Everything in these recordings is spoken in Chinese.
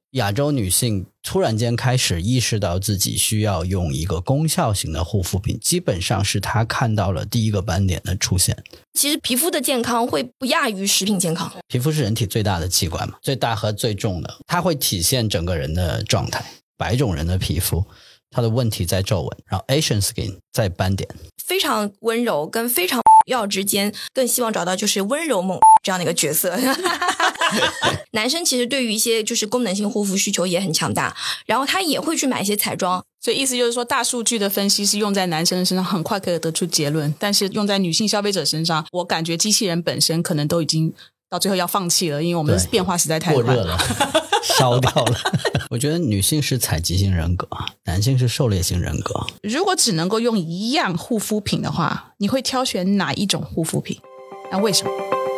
亚洲女性突然间开始意识到自己需要用一个功效型的护肤品，基本上是她看到了第一个斑点的出现。 其实皮肤的健康会不亚于食品健康。 皮肤是人体最大的器官嘛，最大和最重的，它会体现整个人的状态。白种人的皮肤它的问题在皱纹，然后 Asian skin 在斑点。 非常温柔跟非常要之间更希望找到就是温柔猛这样的一个角色。男生其实对于一些就是功能性护肤需求也很强大，然后他也会去买一些彩妆。 所以意思就是说大数据的分析是用在男生的身上很快可以得出结论，但是用在女性消费者身上，我感觉机器人本身可能都已经到最后要放弃了，因为我们的变化实在太快过热了。烧掉了。我觉得女性是采集型人格，男性是狩猎型人格。 如果只能够用一样护肤品的话，你会挑选哪一种护肤品？那为什么？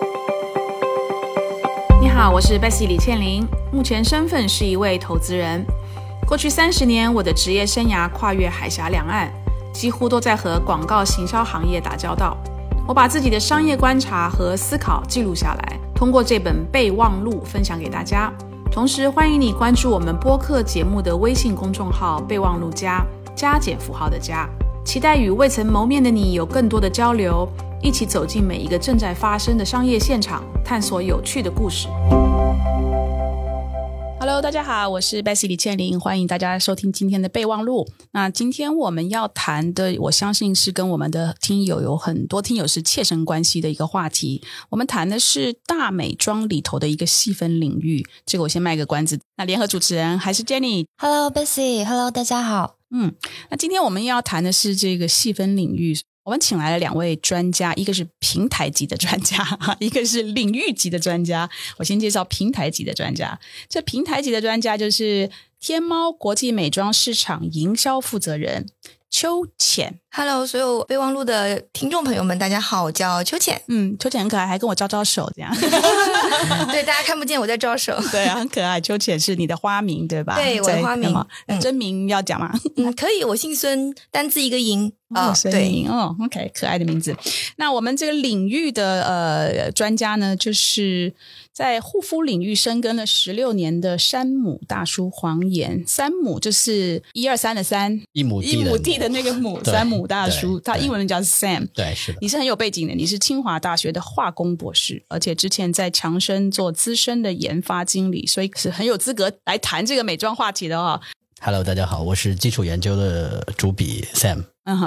你好，我是 Bessy 李倩玲，目前身份是一位投资人。过去30年，我的职业生涯跨越海峡两岸，几乎都在和广告行销行业打交道。我把自己的商业观察和思考记录下来，通过这本备忘录分享给大家。同时欢迎你关注我们播客节目的微信公众号备忘录加减符号的加，期待与未曾谋面的你有更多的交流，一起走进每一个正在发生的商业现场，探索有趣的故事。Hello， 大家好，我是 Bessy 李倩玲，欢迎大家收听今天的备忘录。那今天我们要谈的，我相信是跟我们的听友有很多听友是切身关系的一个话题。我们谈的是大美妆里头的一个细分领域，这个我先卖个关子。那联合主持人还是 Jenny。Hello Bessy，Hello 大家好。 那今天我们要谈的是这个细分领域。我们请来了2位专家，一个是平台级的专家，一个是领域级的专家。我先介绍平台级的专家。这平台级的专家就是天猫国际美妆市场营销负责人邱浅。 Hello， 所有备忘录的听众朋友们，大家好，我叫邱浅。 邱浅很可爱，还跟我招招手这样。 对，大家看不见我在招手。 对啊，很可爱。邱浅是你的花名对吧？ 对，我的花名。 真名要讲吗？ 可以，我姓孙，单字一个银。 孙银OK， 可爱的名字。那我们这个领域的专家呢，就是在护肤领域深耕了16年的山姆大叔黄岩。山姆就是123的3， 一亩地的那个亩，山姆大叔，他英文名叫 Sam。 对，是的。 你是很有背景的，你是清华大学的化工博士，而且之前在强生做资深的研发经理，所以是很有资格来谈这个美妆话题的哦。 Hello， 大家好，我是基础研究的主笔 Sam。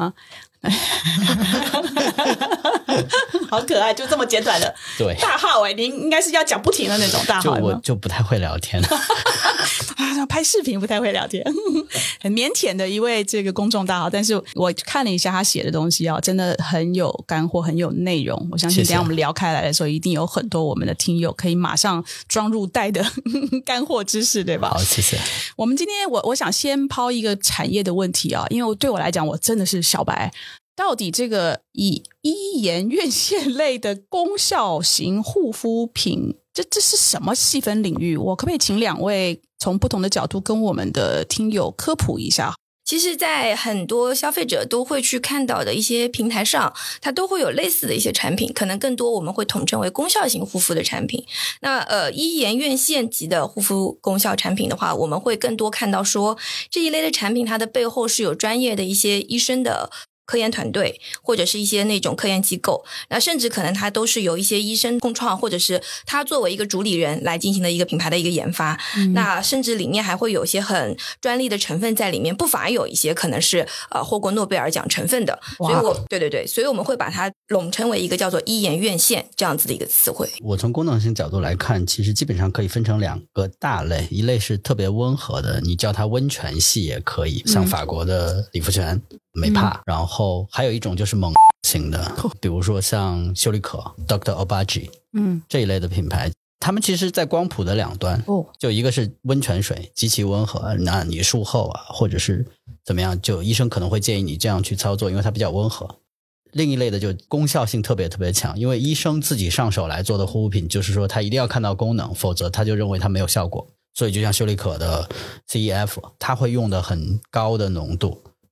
好可爱，就这么简短的对大号你应该是要讲不停的那种大号。 我就不太会聊天拍视频不太会聊天，很腼腆的一位这个公众大号，但是我看了一下他写的东西真的很有干货，很有内容。我相信等一下我们聊开来的时候，一定有很多我们的听友可以马上装入袋的干货知识，对吧？ 好，谢谢。 我们今天我想先抛一个产业的问题因为对我来讲我真的是小白，到底这个以医颜院线类的功效型护肤品，这是什么细分领域？我可不可以请2位从不同的角度跟我们的听友科普一下？ 其实在很多消费者都会去看到的一些平台上，它都会有类似的一些产品，可能更多我们会统称为功效型护肤的产品。那医颜院线级的护肤功效产品的话，我们会更多看到说这一类的产品它的背后是有专业的一些医生的科研团队，或者是一些那种科研机构，那甚至可能它都是由一些医生共创，或者是他作为一个主理人来进行的一个品牌的一个研发。那甚至里面还会有一些很专利的成分在里面，不乏有一些可能是获过诺贝尔奖成分的。所以所以我们会把它拢称为一个叫做医颜院线这样子的一个词汇。 我从功能性角度来看，其实基本上可以分成2个大类，一类是特别温和的，你叫它温泉系也可以，像法国的理肤泉、美帕，然后还有一种就是猛型的，比如说像修丽可 Dr. Obagi 这一类的品牌，他们其实在光谱的2端，就一个是温泉水极其温和，那你术后或者是怎么样，就医生可能会建议你这样去操作，因为它比较温和。另一类的就功效性特别特别强，因为医生自己上手来做的护肤品，就是说他一定要看到功能，否则他就认为它没有效果。所以就像修丽可的 CEF， 它会用的很高的浓度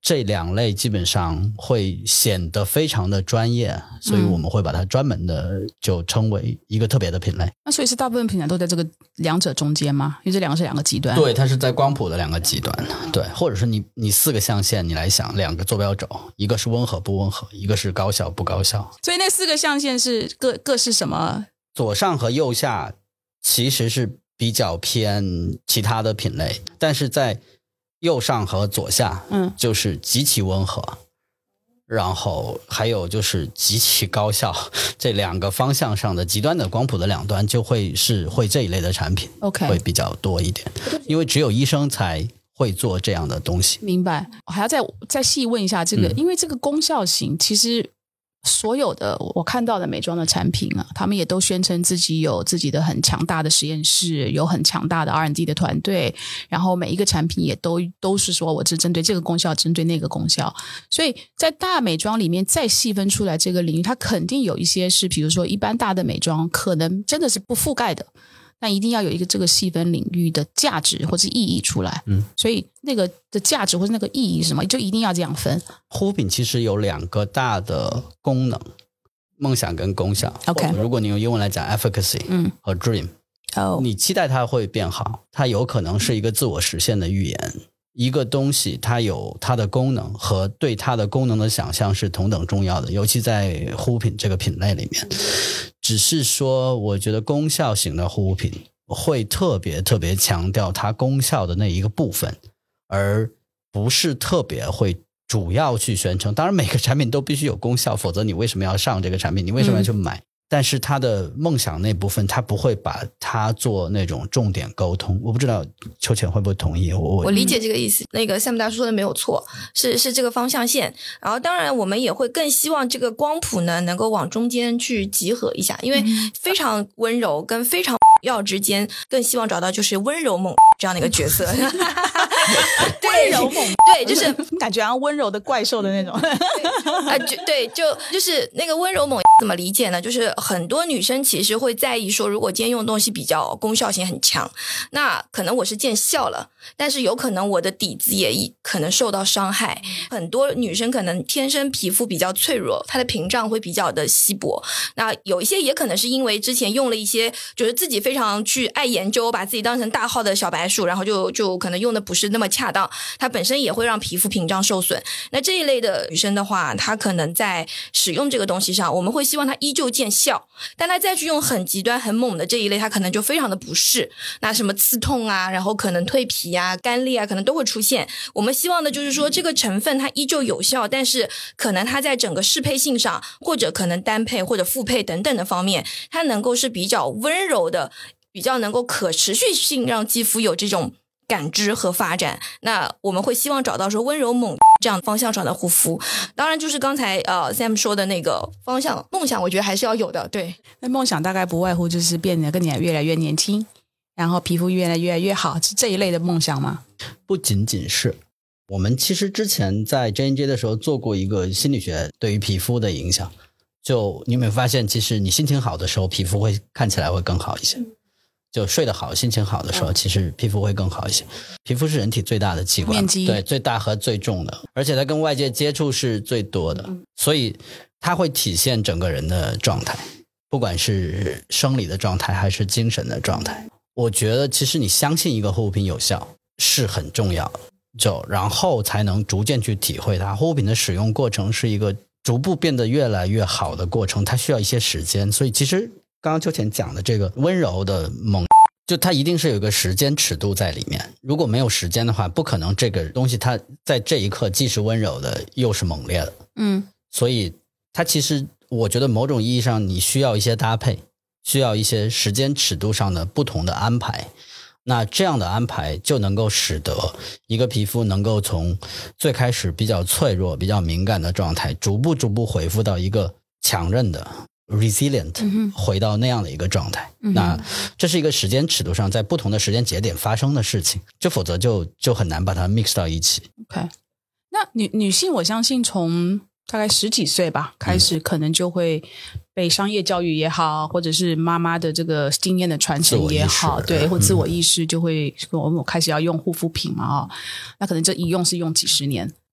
这两类基本上会显得非常的专业，所以我们会把它专门的就称为一个特别的品类。 那所以是大部分品牌都在这个两者中间吗？因为这两个是两个极端。 对，它是在光谱的两个极端。对，或者是你4个象限你来想，两个坐标轴，一个是温和不温和，一个是高效不高效。 所以那4个象限是各是什么？ 左上和右下其实是比较偏其他的品类，但是在右上和左下就是极其温和，然后还有就是极其高效，这两个方向上的极端的光谱的两端就会这一类的产品 OK 会比较多一点，因为只有医生才会做这样的东西。 明白。我还要再细问一下这个，因为这个功效型其实所有的我看到的美妆的产品啊，他们也都宣称自己有自己的很强大的实验室，有很强大的 R&D 的团队，然后每一个产品也都是说我是针对这个功效，针对那个功效。所以在大美妆里面再细分出来这个领域，它肯定有一些是比如说一般大的美妆可能真的是不覆盖的，但一定要有一个这个细分领域的价值或者意义出来。所以那个的价值或者那个意义是什么，就一定要这样分。 护肤品其实有2个大的功能，梦想跟功效。 OK， 如果你用英文来讲 efficacy 和 dream，你期待它会变好，它有可能是一个自我实现的预言。一个东西它有它的功能和对它的功能的想象是同等重要的，尤其在护肤品这个品类里面。只是说我觉得功效型的护肤品会特别强调它功效的那一个部分，而不是特别会主要去宣称。当然每个产品都必须有功效，否则你为什么要上这个产品，你为什么要去买？但是它的梦想那部分它不会把它做那种重点沟通。我不知道秋浅会不会同意。我理解这个意思，那个 Sam 大叔说的没有错，是这个方向线。然后当然我们也会更希望这个光谱呢能够往中间去集合一下，因为非常温柔跟非常要之间更希望找到就是温柔猛这样的一个角色。 温柔猛， 对，就是感觉好像温柔的怪兽的那种。 对，就是那个温柔猛怎么理解呢？就是很多女生其实会在意说，如果今天用东西比较功效性很强，那可能我是见效了，但是有可能我的底子也可能受到伤害。很多女生可能天生皮肤比较脆弱，她的屏障会比较的稀薄。那有一些也可能是因为之前用了一些，就是自己非常去爱研究，把自己当成大号的小白鼠，然后就可能用的不是那么恰当，它本身也会让皮肤屏障受损。那这一类的女生的话，她可能在使用这个东西上，我们会希望她依旧见效，但她再去用很极端很猛的这一类，她可能就非常的不适。那什么刺痛啊，然后可能蜕皮啊、干裂啊，可能都会出现。我们希望的就是说这个成分它依旧有效，但是可能它在整个适配性上，或者可能单配或者复配等等的方面，它能够是比较温柔的，比较能够可持续性让肌肤有这种感知和发展。那我们会希望找到说温柔猛这样方向上的护肤。当然就是刚才Sam 说的那个方向梦想，我觉得还是要有的。对， 那梦想大概不外乎就是变得跟你越来越年轻，然后皮肤越来越好，是这一类的梦想吗？ 不仅仅是。我们其实之前在 J&J 的时候做过一个心理学对于皮肤的影响，就你有没有发现其实你心情好的时候皮肤会看起来会更好一些，就睡得好心情好的时候其实皮肤会更好一些。皮肤是人体最大的器官， 面积， 对，最大和最重的，而且它跟外界接触是最多的，所以它会体现整个人的状态，不管是生理的状态还是精神的状态。我觉得其实你相信一个护肤品有效是很重要的，然后才能逐渐去体会它。护肤品的使用过程是一个逐步变得越来越好的过程，它需要一些时间。所以其实刚刚秋浅讲的这个温柔的猛，就它一定是有一个时间尺度在里面，如果没有时间的话，不可能这个东西它在这一刻既是温柔的又是猛烈的。所以它其实我觉得某种意义上你需要一些搭配，需要一些时间尺度上的不同的安排。那这样的安排就能够使得一个皮肤能够从最开始比较脆弱比较敏感的状态逐步恢复到一个强韧的 resilient，回到那样的一个状态。那这是一个时间尺度上在不同的时间节点发生的事情，就否则就很难把它 mix 到一起。 OK， 那女性我相信从大概10几岁吧开始可能就会被商业教育也好，或者是妈妈的这个经验的传承也好，对，或自我意识就会我们开始要用护肤品嘛，那可能这一用是用几十年。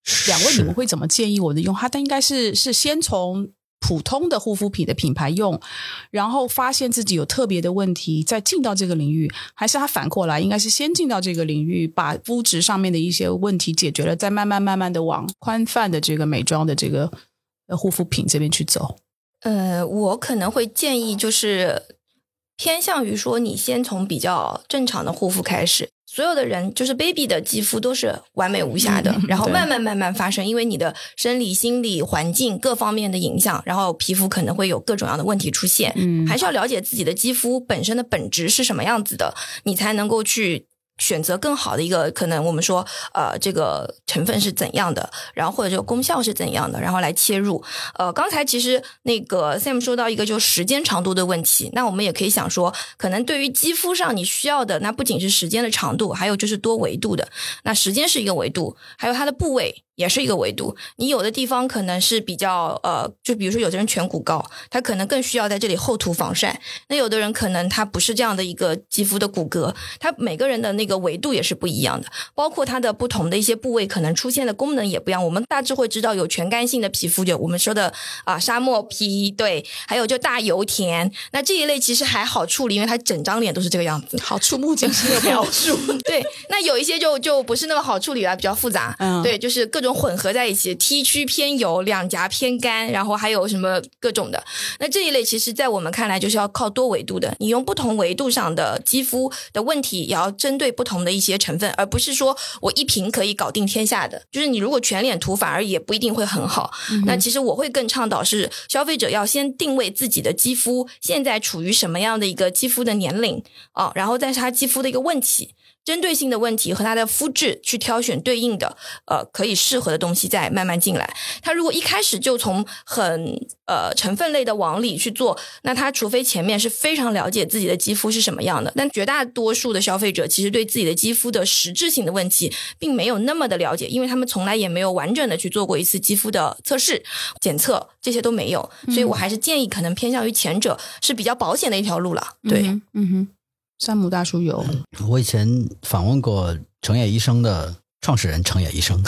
两位你们会怎么建议我的用？它应该是先从普通的护肤品的品牌用，然后发现自己有特别的问题再进到这个领域，还是他反过来应该是先进到这个领域，把肤质上面的一些问题解决了，再慢慢的往宽泛的这个美妆的这个护肤品这边去走？ 我可能会建议就是偏向于说你先从比较正常的护肤开始，所有的人就是 baby 的肌肤都是完美无瑕的，然后慢慢发生，因为你的生理心理环境各方面的影响，然后皮肤可能会有各种样的问题出现，还是要了解自己的肌肤本身的本质是什么样子的，你才能够去选择更好的一个，可能我们说这个成分是怎样的，然后或者这个功效是怎样的，然后来切入。刚才其实那个 Sam 说到一个就是时间长度的问题，那我们也可以想说，可能对于肌肤上你需要的，那不仅是时间的长度，还有就是多维度的。那时间是一个维度，还有它的部位也是一个维度。你有的地方可能是比较就比如说有的人颧骨高，他可能更需要在这里厚涂防晒，那有的人可能他不是这样的一个肌肤的骨骼，他每个人的那个维度也是不一样的，包括它的不同的一些部位可能出现的功能也不一样。我们大致会知道有全干性的皮肤，就我们说的沙漠皮，对，还有就大油田，那这一类其实还好处理，因为它整张脸都是这个样子， 好触目惊心的描述对，那有一些就不是那么好处理了，比较复杂，对，就是各种混合在一起，T 区偏油，两颊偏干，然后还有什么各种的。那这一类其实在我们看来就是要靠多维度的，你用不同维度上的肌肤的问题也要针对不同的一些成分，而不是说我一瓶可以搞定天下的，就是你如果全脸涂反而也不一定会很好。那其实我会更倡导是消费者要先定位自己的肌肤现在处于什么样的一个肌肤的年龄然后再是他肌肤的一个问题，针对性的问题和它的肤质去挑选对应的可以适合的东西再慢慢进来。他如果一开始就从很成分类的往里去做，那他除非前面是非常了解自己的肌肤是什么样的，但绝大多数的消费者其实对自己的肌肤的实质性的问题并没有那么的了解，因为他们从来也没有完整的去做过一次肌肤的测试检测，这些都没有，所以我还是建议可能偏向于前者，是比较保险的一条路了。对， 山姆大叔有， 我以前访问过成野医生的创始人成野医生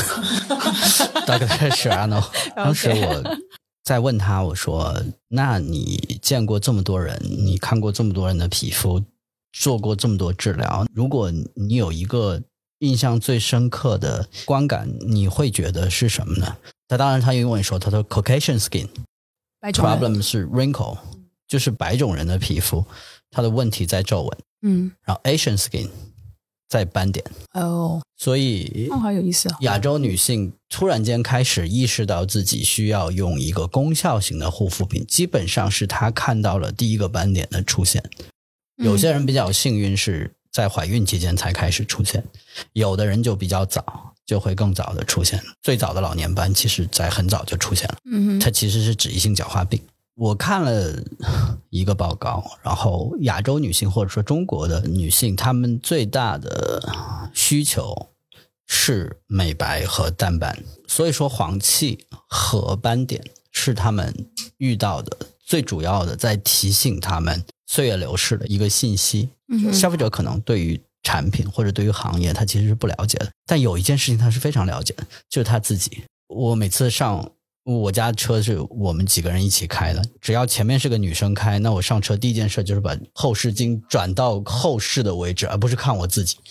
Dr. Serrano， 当时我在问他，我说那你见过这么多人，你看过这么多人的皮肤，做过这么多治疗，如果你有一个印象最深刻的观感，你会觉得是什么呢？他当然他英文说，他说 Caucasian skin problem 是 wrinkle， 就是白种人的皮肤，它的问题在皱纹，然后 Asian skin 在斑点。所以好有意思亚洲女性突然间开始意识到自己需要用一个功效型的护肤品，基本上是她看到了第一个斑点的出现。有些人比较幸运是在怀孕期间才开始出现，有的人就比较早，就会更早的出现。最早的老年斑其实在很早就出现了，它其实是脂溢性角化病。我看了一个报告，然后亚洲女性或者说中国的女性，她们最大的需求是美白和淡斑，所以说黄气和斑点是她们遇到的最主要的在提醒她们岁月流逝的一个信息。消费者可能对于产品或者对于行业他其实是不了解的，但有一件事情他是非常了解的，就是他自己。我每次上我家车是我们几个人一起开的，只要前面是个女生开，那我上车第一件事就是把后视镜转到后视的位置，而不是看我自己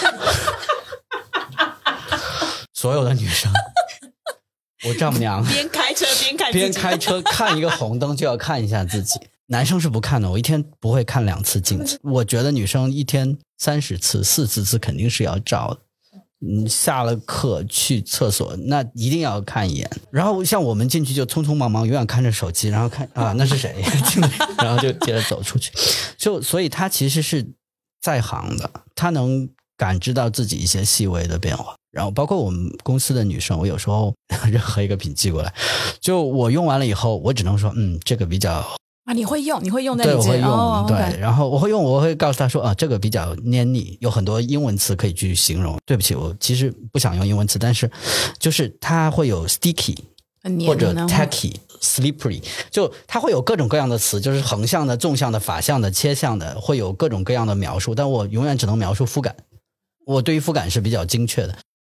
所有的女生我丈母娘边开车边看边开车看一个红灯就要看一下自己。男生是不看的，我一天不会看2次镜子。我觉得女生一天30次40次肯定是要照的。下了课去厕所那一定要看一眼，然后像我们进去就匆匆忙忙永远看着手机，然后看那是谁然后就接着走出去。所以他其实是在行的，他能感知到自己一些细微的变化。然后包括我们公司的女生，我有时候任何一个品寄过来，就我用完了以后我只能说这个比较你会用在对，我会用对， okay. 然后我会告诉他说这个比较黏腻，有很多英文词可以去形容。对不起，我其实不想用英文词，但是就是它会有 sticky 或者 tacky slippery， 就它会有各种各样的词，就是横向的纵向的法向的切向的，会有各种各样的描述，但我永远只能描述肤感。我对于肤感是比较精确的。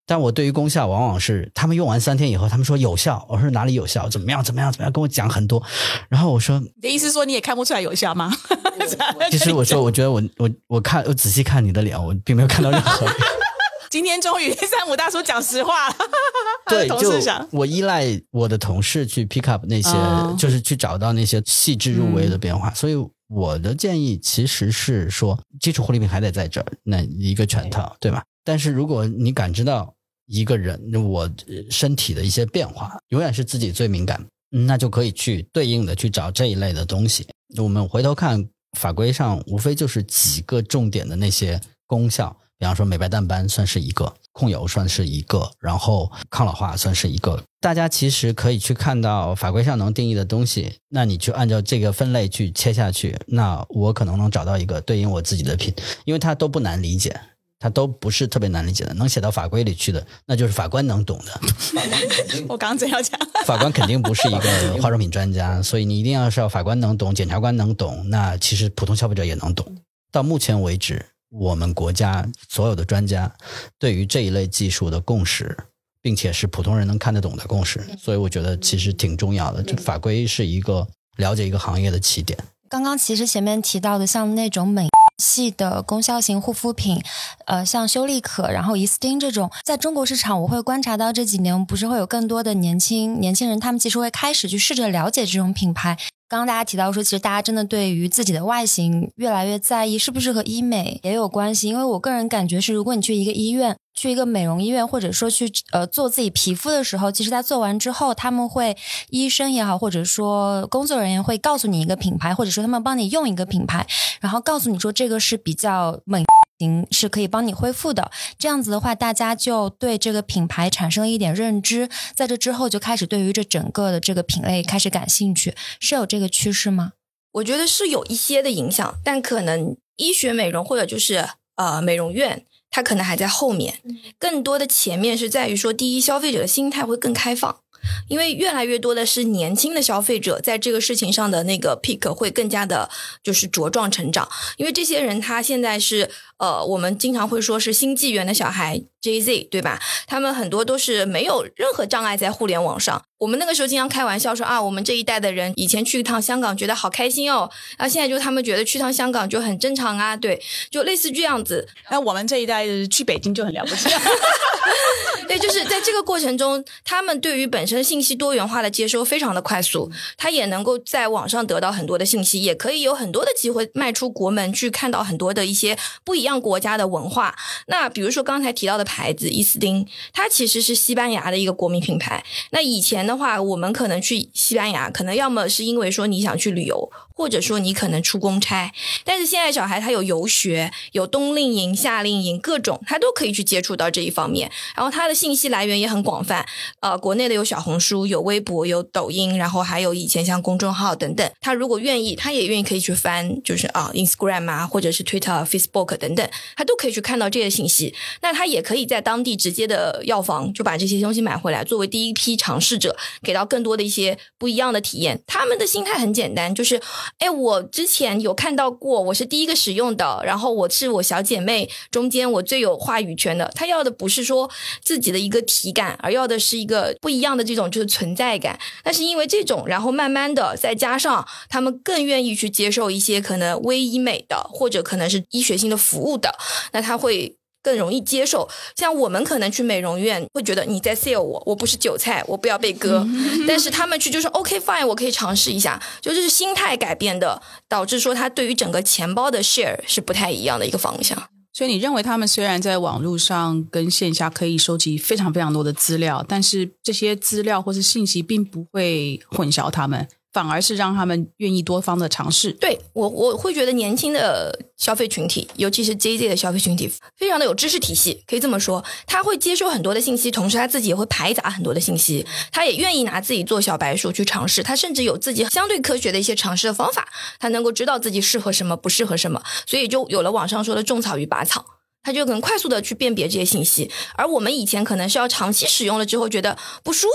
但我对于功效往往是他们用完3天以后他们说有效，我说哪里有效，怎么样跟我讲很多，然后我说你的意思说你也看不出来有效吗？ 其实我说我觉得我仔细看你的脸，我并没有看到任何今天终于山姆大叔讲实话了。 对， 同事想就我依赖我的同事去 pick up 那些就是去找到那些细致入微的变化，所以我的建议其实是说基础护理品还得在这儿，那一个全套，对吧？但是如果你感知到一个人我身体的一些变化永远是自己最敏感，那就可以去对应的去找这一类的东西。我们回头看法规上无非就是几个重点的那些功效，比方说美白淡斑算是一个，控油算是一个，然后抗老化算是一个。大家其实可以去看到法规上能定义的东西，那你去按照这个分类去切下去，那我可能能找到一个对应我自己的品，因为它都不难理解，它都不是特别难理解的，能写到法规里去的那就是法官能懂的。 我刚刚正要讲法官肯定不是一个化妆品专家，所以你一定要是要法官能懂，检察官能懂，那其实普通消费者也能懂。到目前为止我们国家所有的专家对于这一类技术的共识，并且是普通人能看得懂的共识，所以我觉得其实挺重要的。这法规是一个了解一个行业的起点。 刚刚其实前面提到的像那种美系的功效型护肤品，像修丽可然后怡斯汀这种，在中国市场我会观察到这几年不是会有更多的年轻人，他们其实会开始去试着了解这种品牌。刚刚大家提到说其实大家真的对于自己的外形越来越在意，是不是和医美也有关系？因为我个人感觉是如果你去一个医院，去一个美容医院，或者说去做自己皮肤的时候，其实在做完之后他们会医生也好或者说工作人员会告诉你一个品牌，或者说他们帮你用一个品牌，然后告诉你说这个是比较美型，是可以帮你恢复的。这样子的话大家就对这个品牌产生了一点认知，在这之后就开始对于这整个的这个品类开始感兴趣，是有这个趋势吗？ 我觉得是有一些的影响，但可能医学美容或者就是美容院它可能还在后面，更多的前面是在于说第一消费者的心态会更开放，因为越来越多的是年轻的消费者在这个事情上的那个 peak 会更加的就是茁壮成长，因为这些人他现在是我们经常会说是新纪元的小孩 JZ 对吧，他们很多都是没有任何障碍在互联网上。我们那个时候经常开玩笑说我们这一代的人以前去一趟香港觉得好开心哦，然后现在就他们觉得去趟香港就很正常啊，对，就类似这样子。 那我们这一代去北京就很了不起对，就是在这个过程中他们对于本身信息多元化的接收非常的快速，他也能够在网上得到很多的信息，也可以有很多的机会迈出国门去看到很多的一些不一样国家的文化。那比如说刚才提到的牌子伊斯汀，它其实是西班牙的一个国民品牌。那以前的话我们可能去西班牙可能要么是因为说你想去旅游，或者说你可能出公差，但是现在小孩他有游学，有冬令营夏令营各种，他都可以去接触到这一方面，然后他的信息来源也很广泛，国内的有小红书有微博有抖音，然后还有以前像公众号等等，他如果愿意他也愿意可以去翻就是Instagram 啊或者是 Twitter Facebook 等等，他都可以去看到这些信息。那他也可以在当地直接的药房就把这些东西买回来，作为第一批尝试者给到更多的一些不一样的体验。他们的心态很简单，就是我之前有看到过，我是第一个使用的，然后我是我小姐妹中间我最有话语权的。他要的不是说自己的一个体感，而要的是一个不一样的这种就是存在感。但是因为这种，然后慢慢的再加上他们更愿意去接受一些可能微医美的或者可能是医学性的服务的，那他会更容易接受。像我们可能去美容院会觉得你在 sell 我不是韭菜，我不要被割但是他们去就说 OK fine 我可以尝试一下，就是心态改变的导致说他对于整个钱包的 share 是不太一样的一个方向。 所以你认为他们虽然在网络上跟线下可以收集非常非常多的资料，但是这些资料或是信息并不会混淆他们，反而是让他们愿意多方的尝试。 对，我会觉得年轻的消费群体，尤其是 JZ 的消费群体非常的有知识体系，可以这么说，他会接受很多的信息，同时他自己也会排杂很多的信息，他也愿意拿自己做小白鼠去尝试，他甚至有自己相对科学的一些尝试的方法，他能够知道自己适合什么不适合什么，所以就有了网上说的种草与拔草，他就很快速的去辨别这些信息。而我们以前可能是要长期使用了之后觉得不舒服，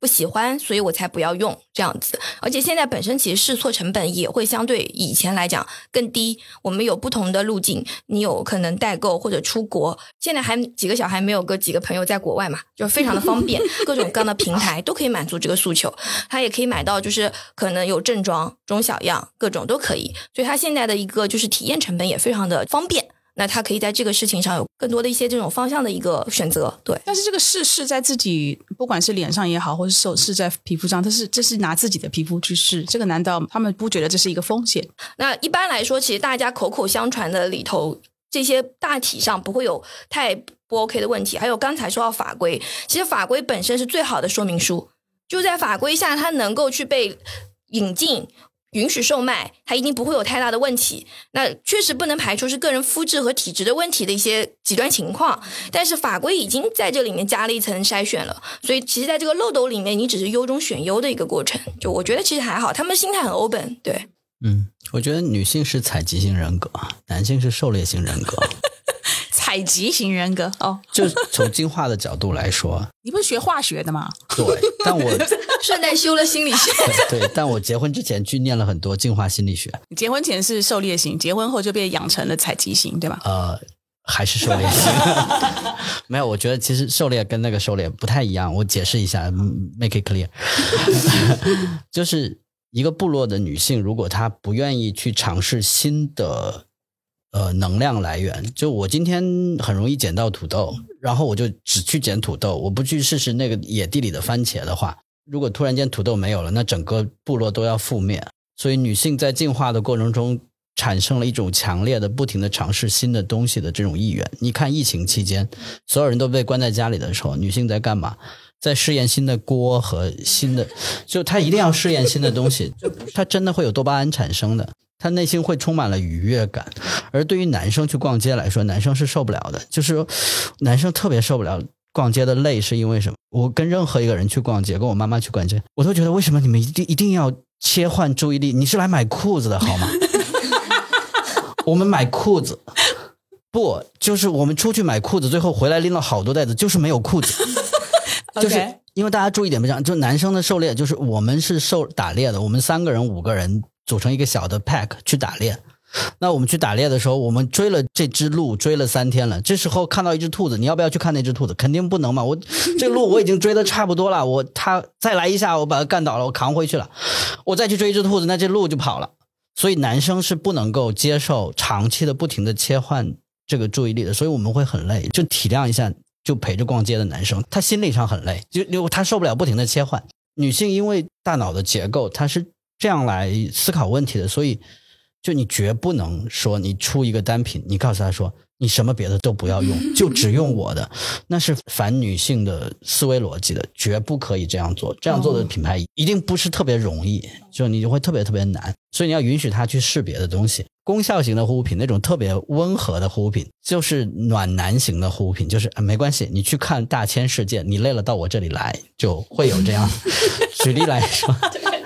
不喜欢，所以我才不要用这样子。而且现在本身其实试错成本也会相对以前来讲更低，我们有不同的路径，你有可能代购或者出国，现在还几个小孩没有几个朋友在国外嘛，就非常的方便，各种各样的平台都可以满足这个诉求，他也可以买到就是可能有正装、中小样，各种都可以，所以他现在的一个就是体验成本也非常的方便。那他可以在这个事情上有更多的一些这种方向的一个选择，对。 但是这个试在自己，不管是脸上也好，或是试在皮肤上，这是拿自己的皮肤去试，这个难道他们不觉得这是一个风险？ 那一般来说，其实大家口口相传的里头，这些大体上不会有太不 OK 的问题。还有刚才说到法规，其实法规本身是最好的说明书，就在法规下它能够去被引进允许售卖，它一定不会有太大的问题。那确实不能排除是个人肤质和体质的问题的一些极端情况，但是法规已经在这里面加了一层筛选了，所以其实在这个漏斗里面你只是优中选优的一个过程，就我觉得其实还好，他们心态很 open。 对， 我觉得女性是采集型人格，男性是狩猎型人格。 采集型人格哦， 就从进化的角度来说， 你不是学化学的吗？ 对，但我顺带修了心理学。 对，但我结婚之前去念了很多进化心理学。 你结婚前是狩猎型，结婚后就被养成了采集型，对吧？ 还是狩猎型。没有，我觉得其实狩猎跟那个狩猎不太一样，我解释一下 make it clear。 就是一个部落的女性，如果她不愿意去尝试新的能量来源，就我今天很容易捡到土豆，然后我就只去捡土豆，我不去试试那个野地里的番茄的话，如果突然间土豆没有了，那整个部落都要覆灭。所以女性在进化的过程中产生了一种强烈的不停的尝试新的东西的这种意愿。你看疫情期间所有人都被关在家里的时候，女性在干嘛？在试验新的锅和新的，就她一定要试验新的东西，她真的会有多巴胺产生的，他内心会充满了愉悦感。而对于男生去逛街来说，男生是受不了的，就是男生特别受不了逛街的累，是因为什么？我跟任何一个人去逛街，跟我妈妈去逛街，我都觉得为什么你们一定要切换注意力？你是来买裤子的好吗？我们买裤子，不就是我们出去买裤子，最后回来拎了好多袋子，就是没有裤子。就是因为大家注意点不一样，就男生的狩猎就是我们是打猎的，我们3个人5个人组成一个小的 pack 去打猎。那我们去打猎的时候，我们追了这只鹿追了3天了，这时候看到一只兔子，你要不要去看那只兔子？肯定不能嘛，我这鹿我已经追得差不多了，它再来一下我把它干倒了，我扛回去了，我再去追一只兔子，那这鹿就跑了。所以男生是不能够接受长期的不停的切换这个注意力的，所以我们会很累。就体谅一下就陪着逛街的男生，他心理上很累，就他受不了不停的切换。女性因为大脑的结构它是这样来思考问题的，所以就你绝不能说你出一个单品，你告诉他说你什么别的都不要用，就只用我的，那是反女性的思维逻辑的，绝不可以这样做。这样做的品牌一定不是特别容易，就你会特别特别难，所以你要允许他去试别的东西。功效型的护肤品，那种特别温和的护肤品，就是暖男型的护肤品，就是没关系，你去看大千世界，你累了到我这里来，就会有这样。举例来说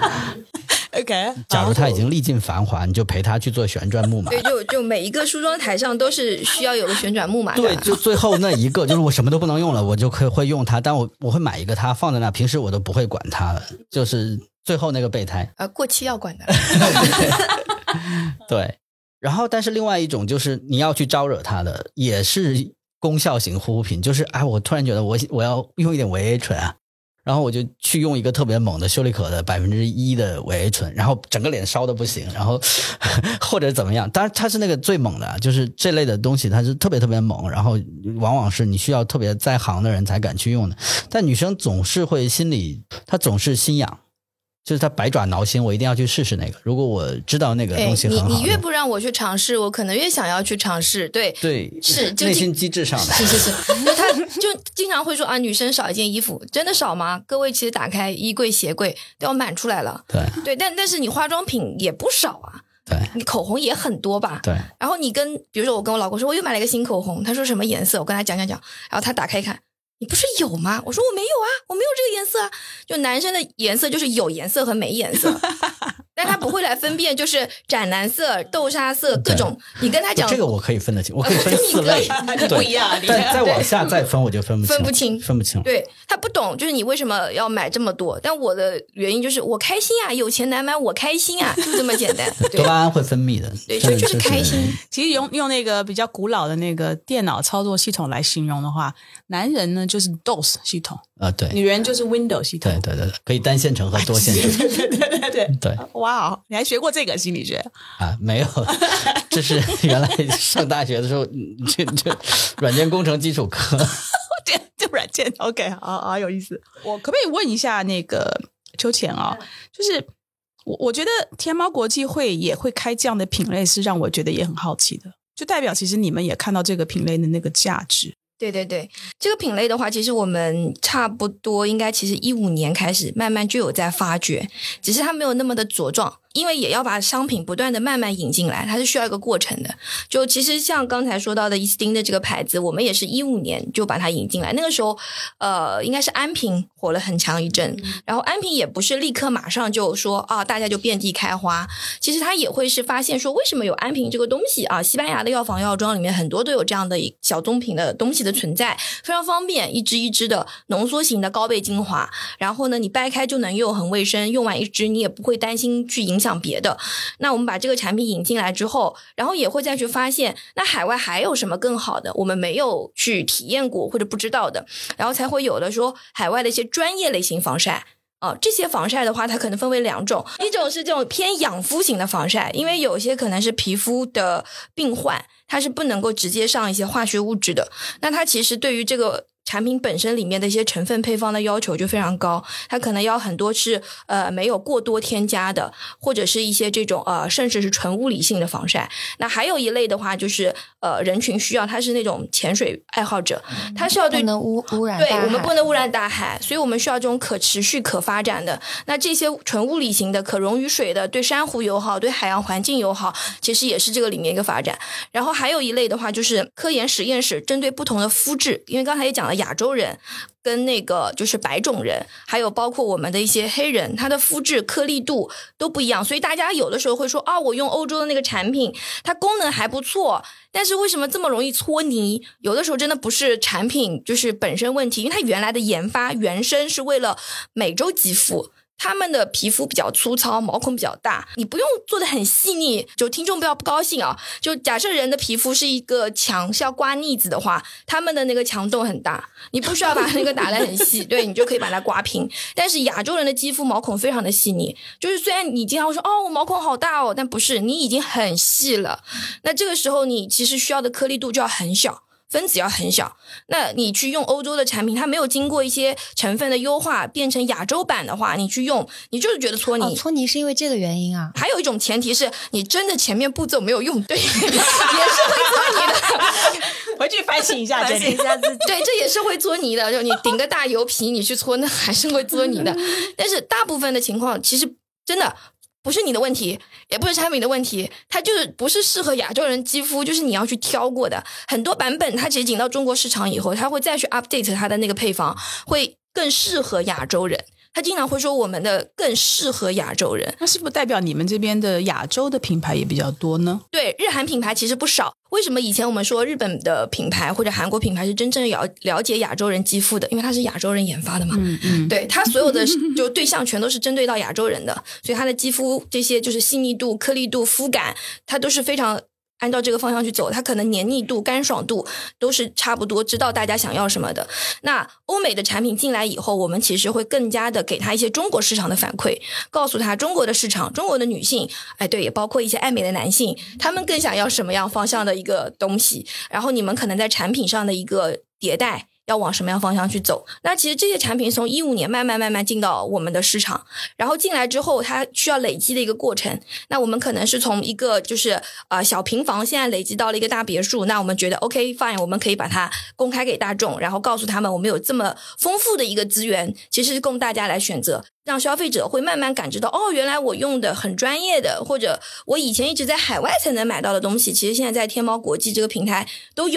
OK， 假如他已经历尽繁华，你就陪他去做旋转木马。 对，就每一个梳妆台上都是需要有个旋转木马的。 对，就最后那一个，就是我什么都不能用了，我就会用它，但我会买一个它放在那，平时我都不会管它的，就是最后那个备胎。 过期要管的。 对，然后但是另外一种就是你要去招惹它的，也是功效型护肤品，就是我突然觉得我要用一点维 A 醇啊。然后我就去用一个特别猛的修丽可的1%的维 A 醇，然后整个脸烧的不行，然后或者怎么样，当然它是那个最猛的，就是这类的东西它是特别特别猛，然后往往是你需要特别在行的人才敢去用的。但女生总是会心里，她总是心痒，就是她百爪挠心，我一定要去试试那个。如果我知道那个东西很好， 你越不让我去尝试，我可能越想要去尝试。对，是内心机制上的， 是。他就经常会说女生少一件衣服，真的少吗？各位其实打开衣柜鞋柜都要满出来了。对，但是你化妆品也不少啊。 对， 你口红也很多吧？ 对。 然后比如说我跟我老公说我又买了一个新口红，他说什么颜色，我跟他讲，然后他打开一看，你不是有吗？我说我没有啊，我没有这个颜色啊。就男生的颜色就是有颜色和没颜色。 但他不会来分辨，就是斩蓝色、豆沙色各种。你跟他讲这个我可以分得清，我可以分4类， 你不一样啊， 但再往下再分我就分不清。 对，他不懂，就是你为什么要买这么多？但我的原因就是我开心啊，有钱难买我开心啊，就这么简单。 多巴胺会分泌的， 对，就是开心。 其实用那个比较古老的那个电脑操作系统来形容的话，男人呢就是 DOS 系统对， 女人就是 Windows 系统。 对，可以单线程和多线程。对， 哇哦，你还学过这个心理学啊？没有，这是原来上大学的时候，这软件工程基础课。 这软件 OK， 好有意思。我可不可以问一下那个秋浅啊？就是我觉得天猫国际会也会开这样的品类，是让我觉得也很好奇的，就代表其实你们也看到这个品类的那个价值。 对，这个品类的话，其实我们差不多应该其实15年开始慢慢就有在发掘，只是它没有那么的茁壮，因为也要把商品不断的慢慢引进来，它是需要一个过程的。就其实像刚才说到的伊斯汀的这个牌子，我们也是15年就把它引进来，那个时候应该是安瓶火了很长一阵，然后安瓶也不是立刻马上就说大家就遍地开花，其实它也会是发现说为什么有安瓶这个东西啊？西班牙的药房药妆里面很多都有这样的小棕瓶的东西的存在，非常方便，一支一支的浓缩型的高倍精华，然后呢你掰开就能用，很卫生，用完一支你也不会担心去影响别的。那我们把这个产品引进来之后，然后也会再去发现那海外还有什么更好的我们没有去体验过或者不知道的，然后才会有的说海外的一些专业类型防晒这些防晒的话它可能分为2种，一种是这种偏养肤型的防晒，因为有些可能是皮肤的病患，它是不能够直接上一些化学物质的，那它其实对于这个产品本身里面的一些成分配方的要求就非常高，它可能要很多是没有过多添加的，或者是一些这种甚至是纯物理性的防晒。那还有一类的话就是人群需要，他是那种潜水爱好者，他是要对不能污染大海， 对，我们不能污染大海，所以我们需要这种可持续可发展的。那这些纯物理型的可溶于水的，对珊瑚友好，对海洋环境友好，其实也是这个里面一个发展。然后还有一类的话就是科研实验室针对不同的肤质，因为刚才也讲了亚洲人跟那个就是白种人，还有包括我们的一些黑人，他的肤质颗粒度都不一样，所以大家有的时候会说我用欧洲的那个产品它功能还不错，但是为什么这么容易搓泥？有的时候真的不是产品就是本身问题，因为它原来的研发原生是为了美洲肌肤，他们的皮肤比较粗糙，毛孔比较大，你不用做得很细腻，就听众不要不高兴就假设人的皮肤是一个墙是要刮腻子的话，他们的那个墙洞很大，你不需要把那个打得很细对，你就可以把它刮平。但是亚洲人的肌肤毛孔非常的细腻，就是虽然你经常会说我毛孔好大但不是，你已经很细了，那这个时候你其实需要的颗粒度就要很小，分子要很小，那你去用欧洲的产品，它没有经过一些成分的优化变成亚洲版的话，你去用你就是觉得搓泥。 搓泥是因为这个原因啊。 还有一种前提是你真的前面步骤没有用对也是会搓泥的回去反省一下自己对，这也是会搓泥的，就你顶个大油皮你去搓，那还是会搓泥的。但是大部分的情况其实真的不是你的问题，也不是产品的问题，它就是不是适合亚洲人肌肤，就是你要去挑过的。很多版本它其实进到中国市场以后，它会再去 update 它的那个配方，会更适合亚洲人。他经常会说我们的更适合亚洲人， 那是不是代表你们这边的亚洲的品牌也比较多呢？ 对，日韩品牌其实不少。为什么以前我们说日本的品牌或者韩国品牌是真正了解亚洲人肌肤的？因为它是亚洲人研发的嘛。对，它所有的就对象全都是针对到亚洲人的，所以它的肌肤这些就是细腻度、颗粒度、肤感，它都是非常按照这个方向去走，它可能黏腻度、干爽度都是差不多，知道大家想要什么的。那欧美的产品进来以后，我们其实会更加的给他一些中国市场的反馈，告诉他中国的市场，中国的女性，对，也包括一些爱美的男性，他们更想要什么样方向的一个东西，然后你们可能在产品上的一个迭代要往什么样方向去走。那其实这些产品从15年慢慢进到我们的市场，然后进来之后它需要累积的一个过程。那我们可能是从一个就是小平房现在累积到了一个大别墅，那我们觉得 OK fine， 我们可以把它公开给大众，然后告诉他们我们有这么丰富的一个资源，其实是供大家来选择，让消费者会慢慢感知到原来我用的很专业的，或者我以前一直在海外才能买到的东西，其实现在在天猫国际这个平台都有。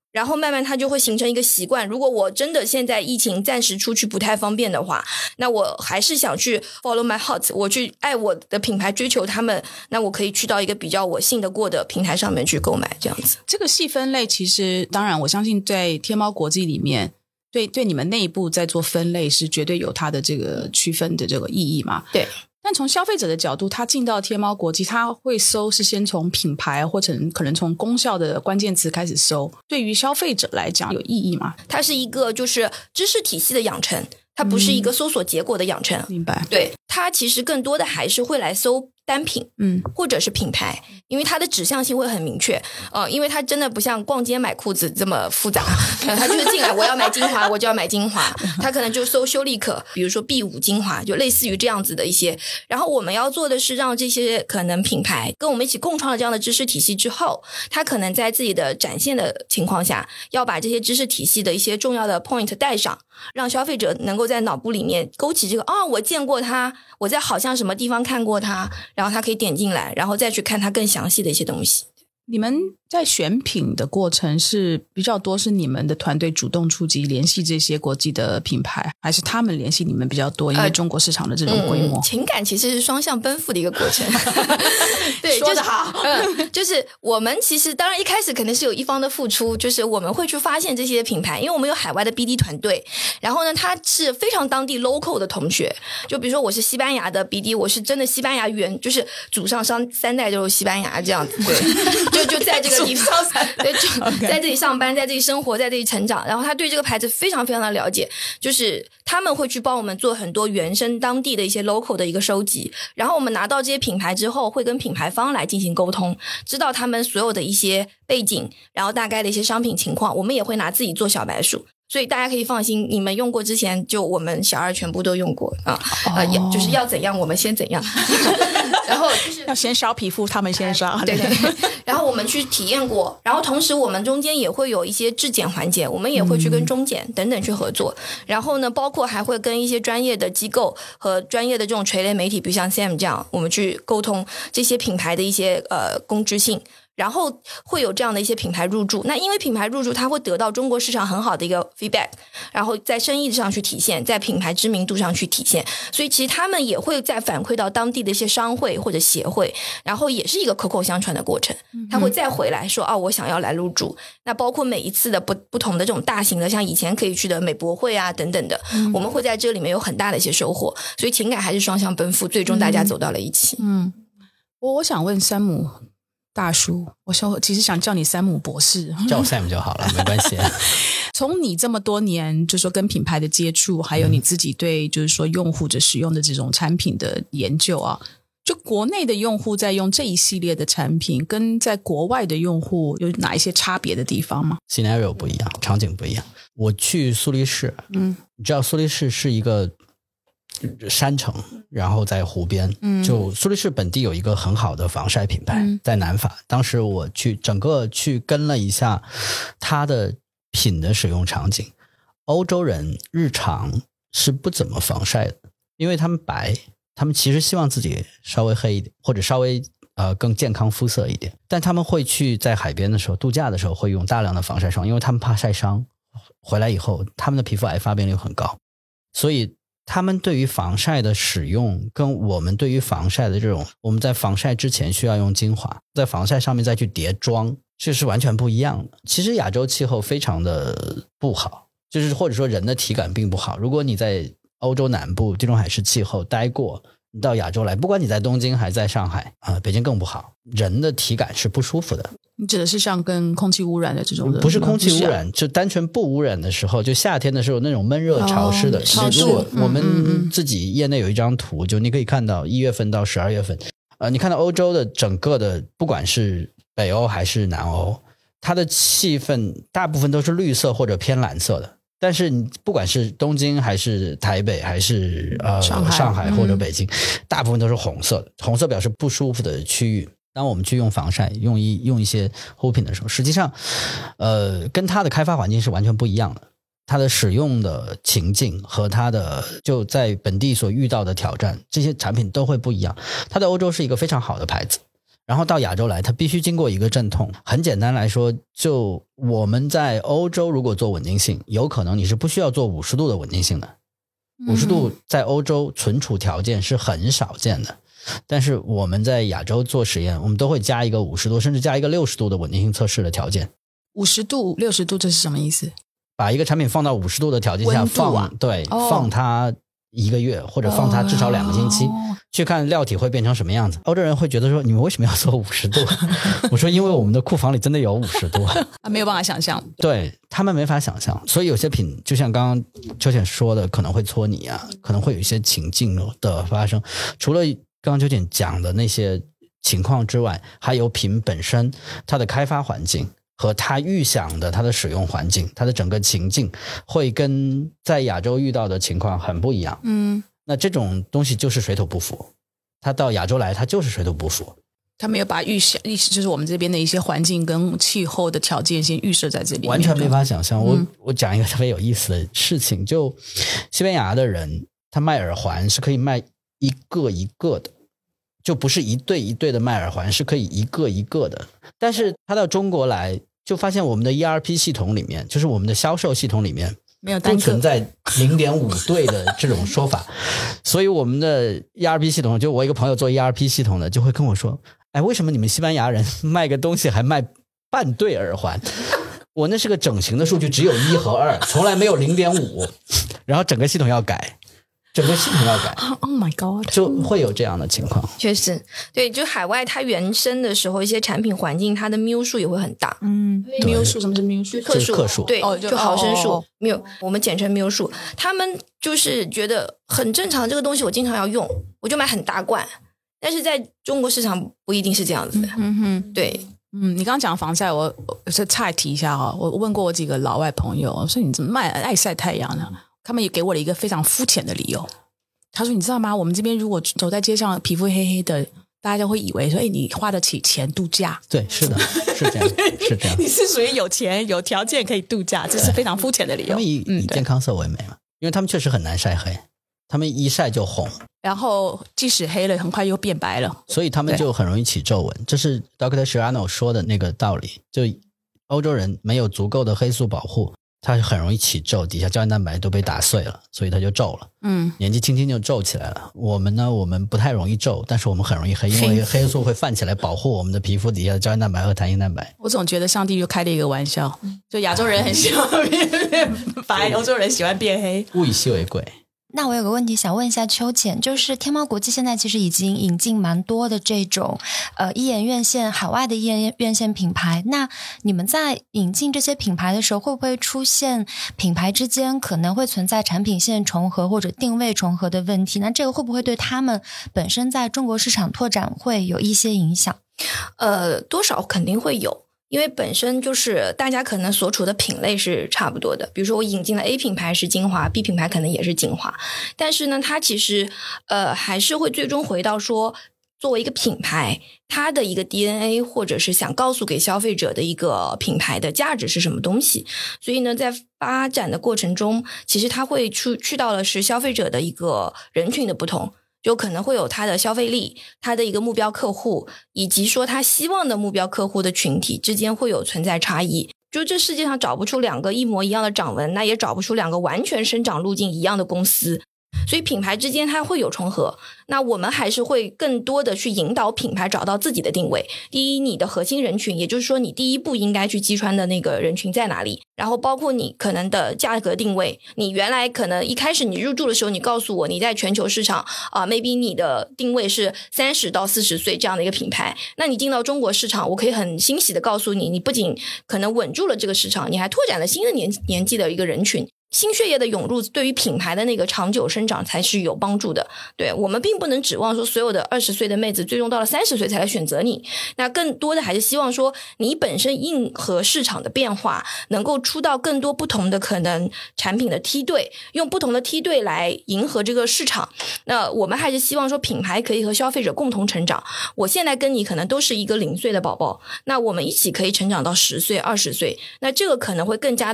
然后慢慢它就会形成一个习惯。如果我真的现在疫情暂时出去不太方便的话，那我还是想去 follow my heart， 我去爱我的品牌，追求他们，那我可以去到一个比较我信得过的平台上面去购买，这样子。 这个细分类其实当然我相信在天猫国际里面对你们内部在做分类是绝对有它的这个区分的这个意义嘛。 对。 但从消费者的角度，他进到天猫国际，他会搜是先从品牌或者可能从功效的关键词开始搜，对于消费者来讲有意义吗？ 它是一个就是知识体系的养成，它不是一个搜索结果的养成。 明白。 对，它其实更多的还是会来搜单品，或者是品牌，因为它的指向性会很明确。因为它真的不像逛街买裤子这么复杂，它就是进来我要买精华我就要买精华，它可能就搜修丽可，比如说 B5 精华，就类似于这样子的一些。然后我们要做的是让这些可能品牌跟我们一起共创了这样的知识体系之后，它可能在自己的展现的情况下，要把这些知识体系的一些重要的 point 带上，让消费者能够在脑部里面勾起这个我见过它，我在好像什么地方看过它，然后他可以点进来，然后再去看它更详细的一些东西。 你们在选品的过程是比较多是你们的团队主动出击联系这些国际的品牌，还是他们联系你们比较多？因为中国市场的这种规模， 情感其实是双向奔赴的一个过程。对， 说得好。 就是我们其实当然一开始肯定是有一方的付出，就是我们会去发现这些品牌，因为我们有海外的 BD 团队，然后呢他是非常当地 local 的同学，就比如说我是西班牙的 BD， 我是真的西班牙原，就是祖上3代都是西班牙这样子。对，就在这个地方，对，就在这里上班，在这里生活，在这里成长，然后他对这个牌子非常非常的了解，就是他们会去帮我们做很多原生当地的一些 local 的一个收集，然后我们拿到这些品牌之后，会跟品牌方来进行沟通，知道他们所有的一些背景，然后大概的一些商品情况，我们也会拿自己做小白鼠。所以大家可以放心，你们用过之前，就我们小二全部都用过就是要怎样我们先怎样。然后就是要先烧皮肤，他们先烧。 对。然后我们去体验过，然后同时我们中间也会有一些质检环节，我们也会去跟中检等等去合作。然后呢，包括还会跟一些专业的机构和专业的这种垂类媒体，比如像 Sam 这样，我们去沟通这些品牌的一些公知性。然后会有这样的一些品牌入驻，那因为品牌入驻它会得到中国市场很好的一个 feedback， 然后在生意上去体现，在品牌知名度上去体现，所以其实他们也会再反馈到当地的一些商会或者协会，然后也是一个口口相传的过程，他会再回来说我想要来入驻。那包括每一次的不同的这种大型的，像以前可以去的美博会啊等等的，我们会在这里面有很大的一些收获，所以情感还是双向奔赴，最终大家走到了一起。 我想问山姆大叔，我其实想叫你山姆博士， 叫我 Sam 就好了，没关系。 从你这么多年就是说跟品牌的接触，还有你自己对就是说用户者使用的这种产品的研究啊，就国内的用户在用这一系列的产品跟在国外的用户有哪一些差别的地方吗？ Scenario 不一样，场景不一样。我去苏黎世，你知道苏黎世是一个山城，然后在湖边，就苏黎世本地有一个很好的防晒品牌，在南法。当时我整个去跟了一下它的品的使用场景，欧洲人日常是不怎么防晒的，因为他们白，他们其实希望自己稍微黑一点，或者稍微更健康肤色一点，但他们会去在海边的时候度假的时候会用大量的防晒霜，因为他们怕晒伤，回来以后他们的皮肤癌发病率很高，所以他们对于防晒的使用跟我们对于防晒的这种，我们在防晒之前需要用精华，在防晒上面再去叠妆，这是完全不一样的。其实亚洲气候非常的不好，就是或者说人的体感并不好，如果你在欧洲南部地中海式气候待过，你到亚洲来，不管你在东京还是在上海北京更不好，人的体感是不舒服的。 你指的是像跟空气污染的这种的？ 不是空气污染，就单纯不污染的时候，就夏天的时候那种闷热潮湿的。如果我们自己业内有一张图，就你可以看到1月份到12月份，你看到欧洲的整个的，不管是北欧还是南欧，它的气氛大部分都是绿色或者偏蓝色的。但是你不管是东京还是台北还是上海或者北京，大部分都是红色的，红色表示不舒服的区域。当我们去用防晒用一些护品的时候，实际上跟它的开发环境是完全不一样的，它的使用的情境和它的就在本地所遇到的挑战，这些产品都会不一样。它在欧洲是一个非常好的牌子， 然后到亚洲来，它必须经过一个阵痛。很简单来说，就我们在欧洲如果做稳定性，有可能你是不需要做50度的稳定性的。50度在欧洲存储条件是很少见的，但是我们在亚洲做实验，我们都会加一个50度，甚至加一个60度的稳定性测试的条件。 50度、60度这是什么意思？ 把一个产品放到50度的条件下放，对，放它1个月或者放它至少2个星期，去看料体会变成什么样子。欧洲人会觉得说，你们为什么要做50度？我说因为我们的库房里真的有50度。 没有办法想象， 对，他们没法想象。所以有些品就像刚刚秋浅说的，可能会搓泥啊，可能会有一些情境的发生。除了刚刚秋浅讲的那些情况之外，还有品本身它的开发环境和它预想的它的使用环境，它的整个情境会跟在亚洲遇到的情况很不一样。那这种东西就是水土不服，它到亚洲来它就是水土不服。 他没有把预想，就是我们这边的一些环境跟气候的条件先预设在这里面， 完全没法想象。我讲一个特别有意思的事情，就西班牙的人他卖耳环是可以卖一个一个的，就不是一对一对的卖耳环，是可以一个一个的。但是他到中国来就发现我们的 ERP 系统里面，就是我们的销售系统里面没有单不存在 0.5 对的这种说法。所以我们的 ERP 系统，就我一个朋友做 ERP 系统的就会跟我说，哎，为什么你们西班牙人卖个东西还卖半对耳环？我那是个整形的数据，只有1和2，从来没有 0.5， 然后整个系统要改。整个系统要改 ，Oh my god， 就会有这样的情况。 确实，对，就海外它原生的时候，一些产品环境它的μ数也会很大。 μ数什么是μ数？ 克数，对，就毫升数μ，我们简称μ数。他们就是觉得很正常，这个东西我经常要用，我就买很大罐。但是在中国市场不一定是这样子的。对。 你刚刚讲防晒，我岔提一下哈，我问过我几个老外朋友，我说你怎么爱晒太阳呢？他们也给我了一个非常肤浅的理由。他说：“你知道吗？我们这边如果走在街上，皮肤黑黑的，大家就会以为说，哎，你花得起钱度假。” 对，是的，是这样，是这样。 你是属于有钱有条件可以度假，这是非常肤浅的理由。 他们以健康色为美嘛，因为他们确实很难晒黑，他们一晒就红， 然后即使黑了，很快又变白了， 所以他们就很容易起皱纹。这是 Dr. Shirano 说的那个道理，就欧洲人没有足够的黑素保护。它很容易起皱，底下胶原蛋白都被打碎了，所以它就皱了。年纪轻轻就皱起来了。我们呢，我们不太容易皱，但是我们很容易黑，因为黑素会泛起来保护我们的皮肤底下的胶原蛋白和弹性蛋白。 我总觉得上帝就开了一个玩笑，就亚洲人很喜欢变白，欧洲人喜欢变黑， 物以稀为贵。 那我有个问题想问一下秋浅，就是天猫国际现在其实已经引进蛮多的这种一眼院线海外的一眼院线品牌，那你们在引进这些品牌的时候，会不会出现品牌之间可能会存在产品线重合或者定位重合的问题？那这个会不会对他们本身在中国市场拓展会有一些影响？ 多少肯定会有。因为本身就是大家可能所处的品类是差不多的，比如说我引进了 A 品牌是精华， B 品牌可能也是精华，但是呢它其实还是会最终回到说作为一个品牌它的一个 DNA 或者是想告诉给消费者的一个品牌的价值是什么东西。所以呢在发展的过程中，其实它会去到了是消费者的一个人群的不同，就可能会有他的消费力，他的一个目标客户，以及说他希望的目标客户的群体之间会有存在差异。就这世界上找不出2个一模一样的掌纹，那也找不出2个完全生长路径一样的公司。所以品牌之间它会有重合，那我们还是会更多的去引导品牌找到自己的定位。第一，你的核心人群，也就是说你第一步应该去击穿的那个人群在哪里，然后包括你可能的价格定位。你原来可能一开始你入驻的时候，你告诉我你在全球市场maybe 你的定位是30到40岁这样的一个品牌，那你进到中国市场，我可以很欣喜的告诉你，你不仅可能稳住了这个市场，你还拓展了新的年纪的一个人群。新血液的涌入对于品牌的那个长久生长才是有帮助的。对，我们并不能指望说所有的20岁的妹子最终到了30岁才来选择你，那更多的还是希望说你本身应和市场的变化，能够出到更多不同的可能产品的梯队，用不同的梯队来迎合这个市场。那我们还是希望说品牌可以和消费者共同成长。我现在跟你可能都是一个0岁的宝宝，那我们一起可以成长到10岁20岁，那这个可能会更加的有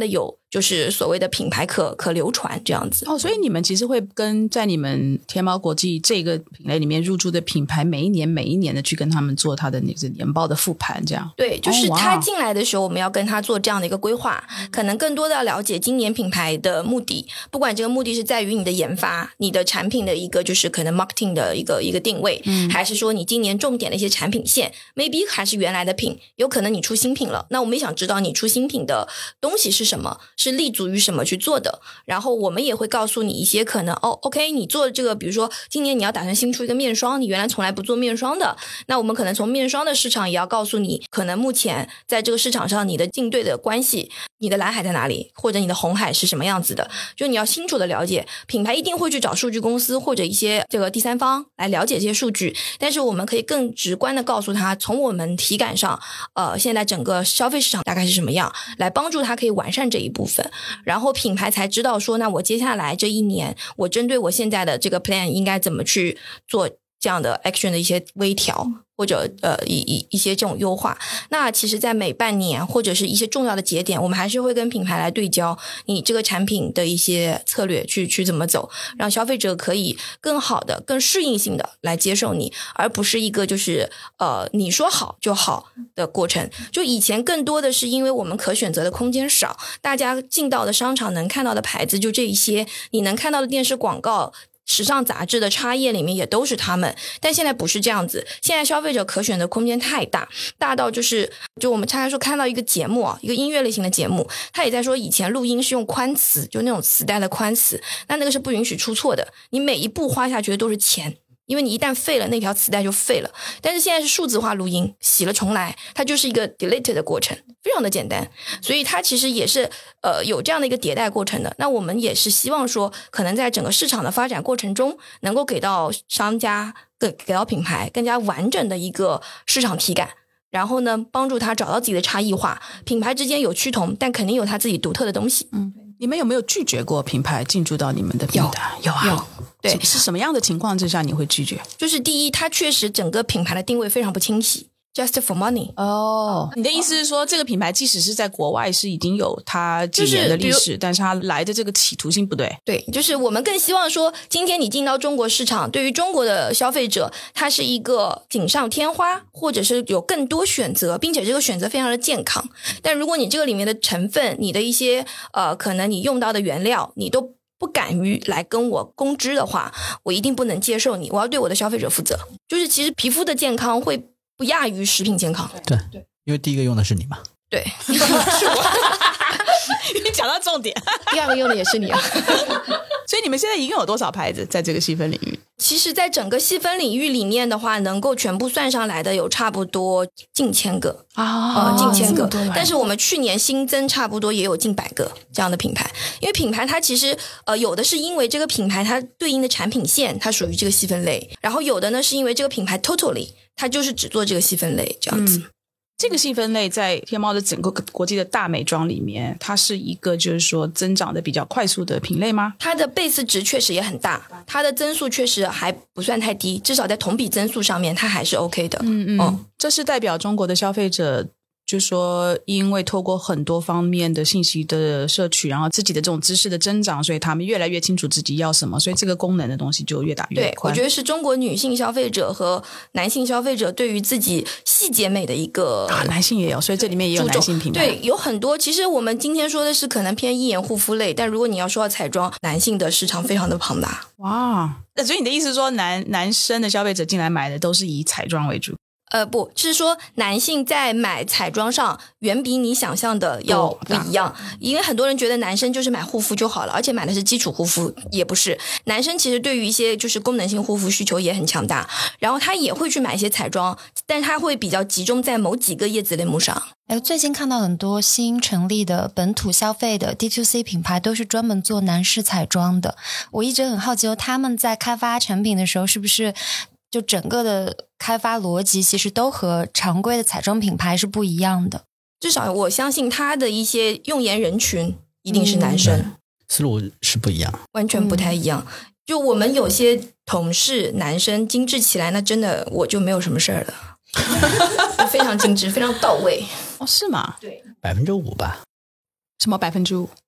就是所谓的品牌可流传这样子。 所以你们其实会跟在你们天猫国际这个品类里面入驻的品牌每一年的去跟他们做他的那个年报的复盘这样。 对，就是他进来的时候我们要跟他做这样的一个规划，可能更多的要了解今年品牌的目的，不管这个目的是在于你的研发，你的产品的一个就是可能 marketing 的一个定位，还是说你今年重点的一些产品线 maybe 还是原来的品，有可能你出新品了，那我们也想知道你出新品的东西是什么，是立足于什么去做的，然后我们也会告诉你一些可能OK 你做这个，比如说今年你要打算新出一个面霜，你原来从来不做面霜的，那我们可能从面霜的市场也要告诉你，可能目前在这个市场上你的竞对的关系，你的蓝海在哪里，或者你的红海是什么样子的，就你要清楚的了解。品牌一定会去找数据公司或者一些这个第三方来了解这些数据，但是我们可以更直观的告诉他，从我们体感上现在整个消费市场大概是什么样，来帮助他可以完善这一部分，然后品牌才知道说，那我接下来这一年我针对我现在的这个 plan 应该怎么去做这样的 action 的一些微调，或者一些这种优化。那其实在每半年或者是一些重要的节点，我们还是会跟品牌来对焦你这个产品的一些策略去怎么走，让消费者可以更好的更适应性的来接受你，而不是一个就是你说好就好的过程。就以前更多的是因为我们可选择的空间少，大家进到的商场能看到的牌子就这一些，你能看到的电视广告时尚杂志的插页里面也都是他们，但现在不是这样子，现在消费者可选的空间太大，大到就我们常常说看到一个节目一个音乐类型的节目，他也在说以前录音是用宽磁，就那种磁带的宽磁，那个是不允许出错的，你每一步花下去的都是钱，因为你一旦废了那条磁带就废了。但是现在是数字化录音，洗了重来，它就是一个 delete 的过程，非常的简单，所以它其实也是有这样的一个迭代过程的。那我们也是希望说可能在整个市场的发展过程中能够给到商家给到品牌更加完整的一个市场体感，然后呢帮助他找到自己的差异化，品牌之间有趋同，但肯定有他自己独特的东西。 你们有没有拒绝过品牌进驻到你们的平台？有啊。对，是什么样的情况之下你会拒绝？ 就是第一，它确实整个品牌的定位非常不清晰，just for money。 你的意思是说这个品牌即使是在国外是已经有它几年的历史，但是它来的这个企图心不对？ 对，就是我们更希望说今天你进到中国市场，对于中国的消费者它是一个锦上添花，或者是有更多选择，并且这个选择非常的健康。但如果你这个里面的成分，你的一些可能你用到的原料你都不敢于来跟我公知的话，我一定不能接受你，我要对我的消费者负责。就是其实皮肤的健康会不亚于食品健康。 对，因为第一个用的是你嘛。 对， 是我。你讲到重点。 第二个用的也是你啊。 所以你们现在一共有多少牌子在这个细分领域？ 其实在整个细分领域里面的话，能够全部算上来的有差不多近千个近千个，但是我们去年新增差不多也有近100个这样的品牌。因为品牌它其实有的是因为这个品牌它对应的产品线它属于这个细分类，然后有的呢是因为这个品牌 totally 它就是只做这个细分类这样子。 这个细分类在天猫的整个国际的大美妆里面，它是一个就是说增长的比较快速的品类吗？ 它的base值确实也很大，它的增速确实还不算太低，至少在同比增速上面它还是 OK 的。 这是代表中国的消费者就说因为透过很多方面的信息的摄取，然后自己的这种知识的增长，所以他们越来越清楚自己要什么，所以这个功能的东西就越打越宽。 对，我觉得是中国女性消费者和男性消费者对于自己细节美的一个男性也有，所以这里面也有男性品牌。 对，有很多。其实我们今天说的是可能偏衣颜护肤类，但如果你要说到彩妆，男性的市场非常的庞大。 哇，那所以你的意思是说男生的消费者进来买的都是以彩妆为主？ 不是说男性在买彩妆上远比你想象的要不一样，因为很多人觉得男生就是买护肤就好了，而且买的是基础护肤，也不是。男生其实对于一些就是功能性护肤需求也很强大，然后他也会去买一些彩妆，但他会比较集中在某几个叶子类目上。 最近看到很多新成立的本土消费的 D2C 品牌都是专门做男士彩妆的，我一直很好奇他们在开发产品的时候是不是就整个的开发逻辑其实都和常规的彩妆品牌是不一样的。 至少我相信他的一些用眼人群一定是男生， 思路是不一样， 完全不太一样。就我们有些同事男生精致起来，那真的我就没有什么事儿了。非常精致，非常到位。 是吗？ 对， 5%吧。 什么5%？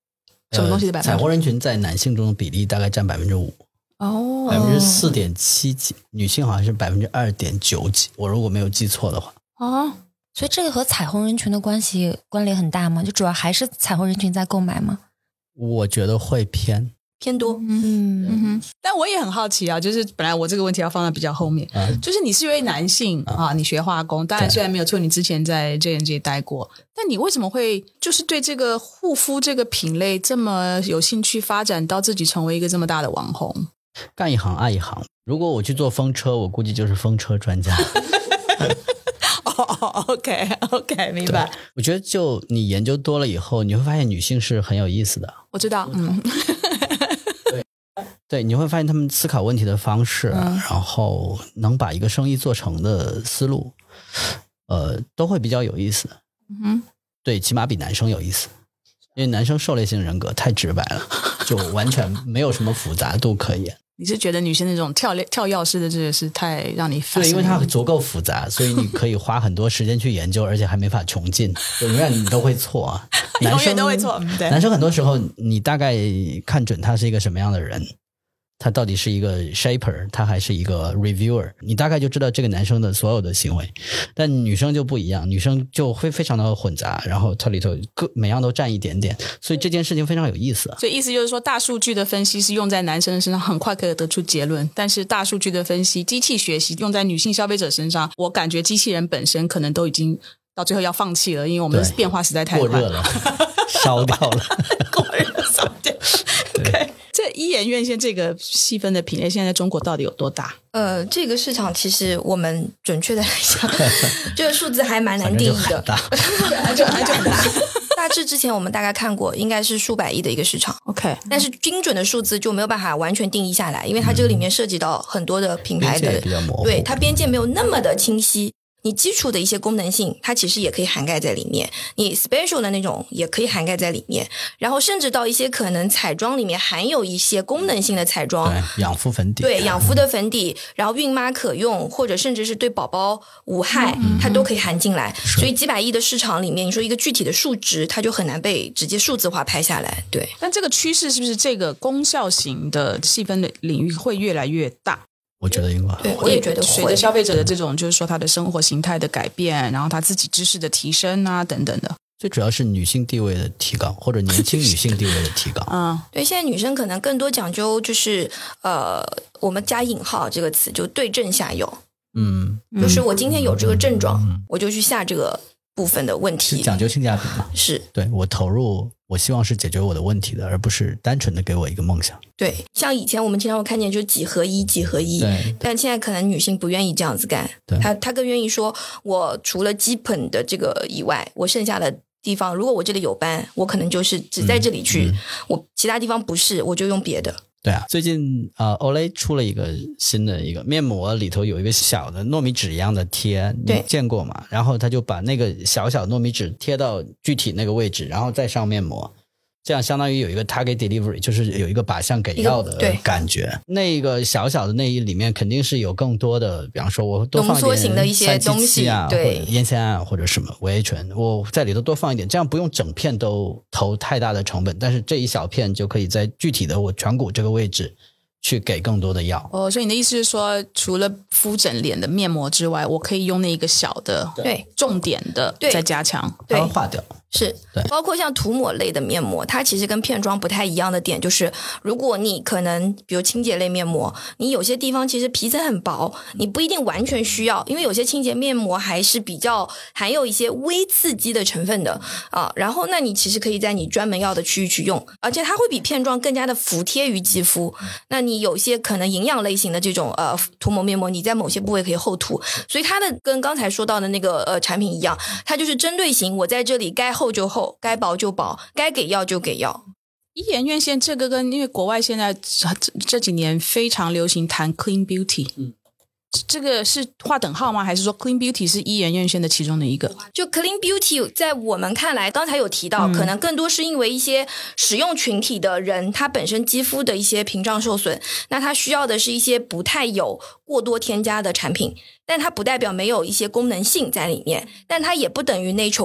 什么东西的采红人群在男性中的比例大概占5%。 哦 4.7几，女性好像是2.9几，我如果没有记错的话。 哦， 所以这个和彩虹人群的关联很大吗？就主要还是彩虹人群在购买吗？ 我觉得会偏多。 但我也很好奇啊，就是本来我这个问题要放在比较后面，就是你是一位男性啊，你学化工，当然虽然没有错，你之前在 J&J 待过，但你为什么会就是对这个护肤这个品类这么有兴趣，发展到自己成为一个这么大的网红？ 干一行爱一行，如果我去做风车，我估计就是风车专家。 OK， 明白。 我觉得就你研究多了以后，你会发现女性是很有意思的。 我知道， 对，你会发现他们思考问题的方式，然后能把一个生意做成的思路，都会比较有意思。对，起码比男生有意思，因为男生狩猎性人格太直白了，就完全没有什么复杂度可言。 你是觉得女生那种跳跃式的这个是太让你对，因为它足够复杂，所以你可以花很多时间去研究，而且还没法穷尽，永远你都会错啊。 永远都会错。对， 男生很多时候你大概看准他是一个什么样的人，他到底是一个 shaper 他还是一个 reviewer， 你大概就知道这个男生的所有的行为。但女生就不一样，女生就会非常的混杂，然后它里头每样都占一点点，所以这件事情非常有意思。 所以意思就是说，大数据的分析是用在男生身上很快可以得出结论，但是大数据的分析机器学习用在女性消费者身上，我感觉机器人本身可能都已经到最后要放弃了，因为我们的变化实在太快， 过热了烧掉了过热烧掉。OK， 这医研院线这个细分的品类现在在中国到底有多大？ 这个市场其实我们准确的来讲，这个数字还蛮难定义的， 就很大。 大致之前我们大概看过，应该是数百亿的一个市场。 OK， 但是精准的数字就没有办法完全定义下来，因为它这个里面涉及到很多的品牌的， 边界也比较模糊， 对，它边界没有那么的清晰。你基础的一些功能性，它其实也可以涵盖在里面，你 special 的那种也可以涵盖在里面，然后甚至到一些可能彩妆里面含有一些功能性的彩妆， 对，养肤粉底， 对，养肤的粉底，然后孕妈可用，或者甚至是对宝宝无害，它都可以含进来。所以几百亿的市场里面，你说一个具体的数值，它就很难被直接数字化拍下来。对， 但这个趋势是不是这个功效型的细分的领域会越来越大？ 我觉得应该， 对，我也觉得会。 随着消费者的这种，就是说他的生活形态的改变，然后他自己知识的提升啊，等等的。 最主要是女性地位的提高，或者年轻女性地位的提高。 对，现在女生可能更多讲究就是我们加引号这个词，就对症下药。就是我今天有这个症状，我就去下这个部分的问题， 是讲究性价比嘛？ 是， 对，我投入，我希望是解决我的问题的，而不是单纯的给我一个梦想。 对，像以前我们经常会看见就几合一， 对， 但现在可能女性不愿意这样子干，她更愿意说，我除了基本的这个以外，我剩下的地方，如果我这里有斑，我可能就是只在这里去，我其他地方不是，我就用别的。 对啊，最近Olay 出了一个新的一个面膜，里头有一个小的糯米纸一样的贴，你见过吗？然后他就把那个小小糯米纸贴到具体那个位置，然后再上面膜，这样相当于有一个 target delivery， 就是有一个靶向给药的感觉。那个小小的内衣里面肯定是有更多的，比方说我多放一点浓缩型的一些东西啊，对，或者烟酰胺或者什么维 A 醇，我在里头多放一点，这样不用整片都投太大的成本，但是这一小片就可以在具体的我颧骨这个位置去给更多的药。 所以你的意思是说，除了敷整脸的面膜之外，我可以用那一个小的对重点的再加强， 它会化掉。 是，包括像涂抹类的面膜，它其实跟片妆不太一样的点就是，如果你可能比如清洁类面膜，你有些地方其实皮层很薄，你不一定完全需要，因为有些清洁面膜还是比较含有一些微刺激的成分的啊。然后那你其实可以在你专门要的区域去用，而且它会比片妆更加的服贴于肌肤。那你有些可能营养类型的这种涂抹面膜，你在某些部位可以厚涂，所以它的跟刚才说到的那个产品一样，它就是针对型，我在这里该厚就厚，该薄就薄，该给药就给药。 医研院线这个跟因为国外现在这几年非常流行谈 clean beauty，这个是划等号吗？还是说 clean beauty 是医研院线的其中的一个？ 就 clean beauty 在我们看来，刚才有提到，可能更多是因为一些使用群体的人，他本身肌肤的一些屏障受损，那他需要的是一些不太有过多添加的产品，但它不代表没有一些功能性在里面，但它也不等于 natural。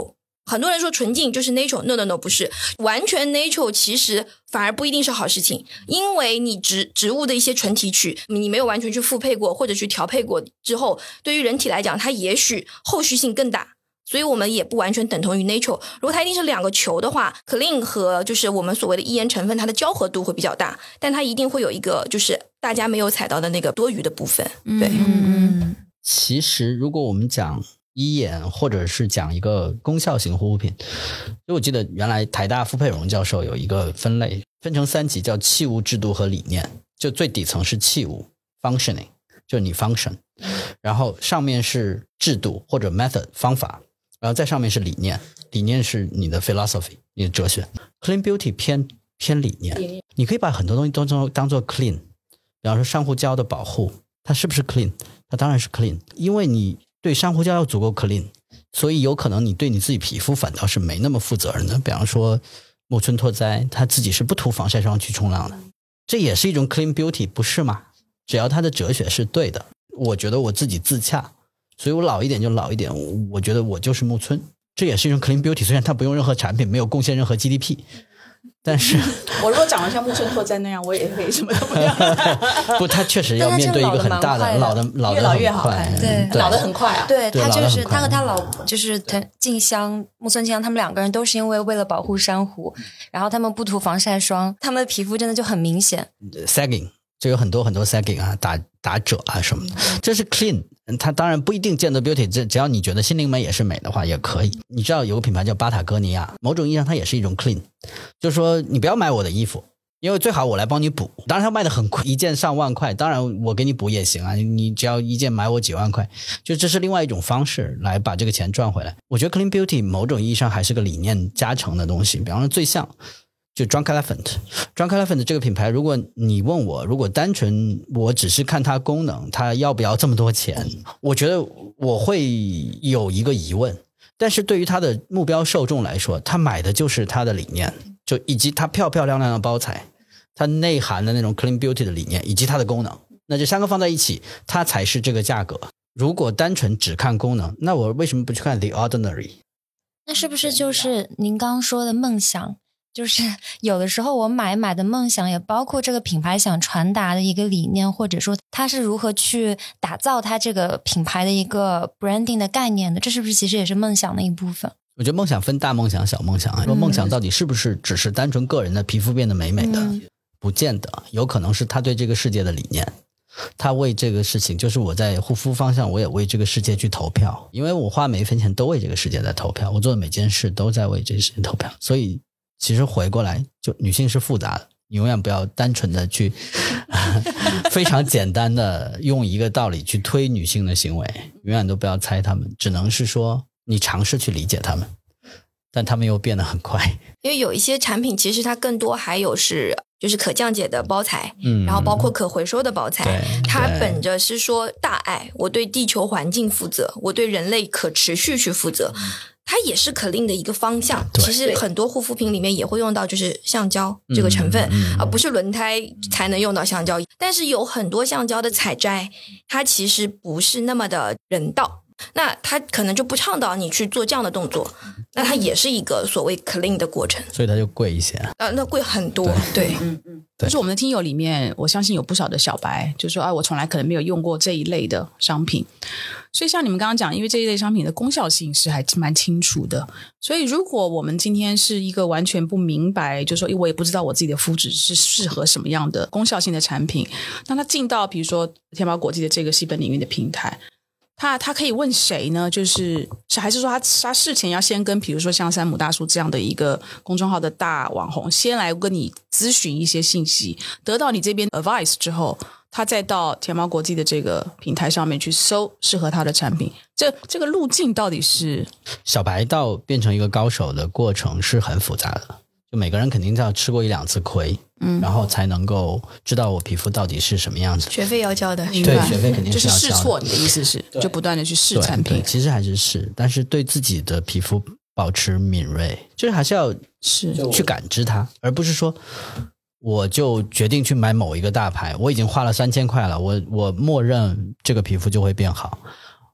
很多人说纯净就是 natural， no， 不是，完全 natural 其实反而不一定是好事情，因为你植物的一些纯提取，你没有完全去复配过或者去调配过之后，对于人体来讲，它也许后续性更大。所以我们也不完全等同于 natural， 如果它一定是两个球的话 clean 和就是我们所谓的EN成分，它的交合度会比较大，但它一定会有一个就是大家没有踩到的那个多余的部分。对， 其实如果我们讲医研或者是讲一个功效型护肤品，就我记得原来台大傅佩荣教授有一个分类，分成3级，叫器物、制度和理念。就最底层是器物 functioning， 就是你 function， 然后上面是制度或者 method 方法，然后在上面是理念，理念是你的 philosophy， 你的哲学。 Clean Beauty 偏理念，你可以把很多东西都当做 clean， 比方说珊瑚礁的保护，它是不是 clean？ 它当然是 clean， 因为你对珊瑚礁要足够 clean， 所以有可能你对你自己皮肤反倒是没那么负责任的。比方说木村拓哉他自己是不涂防晒霜去冲浪的，这也是一种 clean beauty， 不是吗？只要他的哲学是对的，我觉得我自己自洽，所以我老一点就老一点，我觉得我就是木村，这也是一种 clean beauty。 虽然它不用任何产品，没有贡献任何 GDP， 但是我如果长得像木村拓哉那样，我也可以什么都不要。 不，他确实要面对一个很大的老的越老越好看， 对， 老得很快啊。 对，他就是他和他老婆就是静香木村静香，他们两个人都是因为了保护珊瑚，然后他们不涂防晒霜，他们的皮肤真的就很明显 sagging， 就有很多 sagging 啊，打褶啊什么的，这是 clean。它当然不一定见得 beauty， 只要你觉得心灵美也是美的话也可以。你知道有个品牌叫巴塔哥尼亚，某种意义上它也是一种 clean， 就是说你不要买我的衣服，因为最好我来帮你补，当然它卖的很贵，一件上万块，当然我给你补也行啊，你只要一件买我几万块，就这是另外一种方式来把这个钱赚回来。我觉得 clean beauty 某种意义上还是个理念加成的东西。比方说最像就 Drunk Elephant 这个品牌，如果你问我，如果单纯我只是看它功能，它要不要这么多钱，我觉得我会有一个疑问。但是对于它的目标受众来说，他买的就是它的理念，就以及它漂漂亮亮的包材，它内涵的那种 clean beauty 的理念，以及它的功能，那这3个放在一起，它才是这个价格。如果单纯只看功能，那我为什么不去看 The Ordinary？ 那是不是就是您刚说的梦想？就是有的时候我买的梦想也包括这个品牌想传达的一个理念，或者说它是如何去打造它这个品牌的一个 branding 的概念的，这是不是其实也是梦想的一部分？ 我觉得梦想分大梦想小梦想，说梦想到底是不是只是单纯个人的皮肤变得美美的，不见得，有可能是他对这个世界的理念，他为这个事情，就是我在护肤方向我也为这个世界去投票，因为我花每一分钱都为这个世界在投票，我做的每件事都在为这个世界投票。所以其实回过来，就女性是复杂的，你永远不要单纯的去非常简单的用一个道理去推女性的行为，永远都不要猜她们，只能是说你尝试去理解她们，但她们又变得很快。 因为有一些产品其实它更多还有就是可降解的包材，然后包括可回收的包材，它本着是说大爱，我对地球环境负责，我对人类可持续去负责，它也是clean的一个方向。其实很多护肤品里面也会用到就是橡胶这个成分，而不是轮胎才能用到橡胶，但是有很多橡胶的采摘它其实不是那么的人道，那它可能就不倡导你去做这样的动作，那它也是一个所谓 clean 的过程， 所以它就贵一些。 那贵很多。对， 就是我们的听友里面，我相信有不少的小白就说我从来可能没有用过这一类的商品。所以像你们刚刚讲，因为这一类商品的功效性是还蛮清楚的，所以如果我们今天是一个完全不明白，就是说我也不知道我自己的肤质是适合什么样的功效性的产品，那它进到比如说天猫国际的这个细分领域的平台，他可以问谁呢？就是还是说他事前要先跟比如说像山姆大叔这样的一个公众号的大网红先来跟你咨询一些信息，得到你这边 advice 之后，他再到天猫国际的这个平台上面去搜适合他的产品。这个路径到底是小白到变成一个高手的过程是很复杂的，就每个人肯定要吃过1-2次亏，然后才能够知道我皮肤到底是什么样子。 学费要交的， 对，学费肯定是要交的。 就是试错，你的意思是就不断的去试产品。 对，其实还是试，但是对自己的皮肤保持敏锐，就是还是要去感知它，而不是说我就决定去买某一个大牌，我已经花了3000块了，我默认这个皮肤就会变好。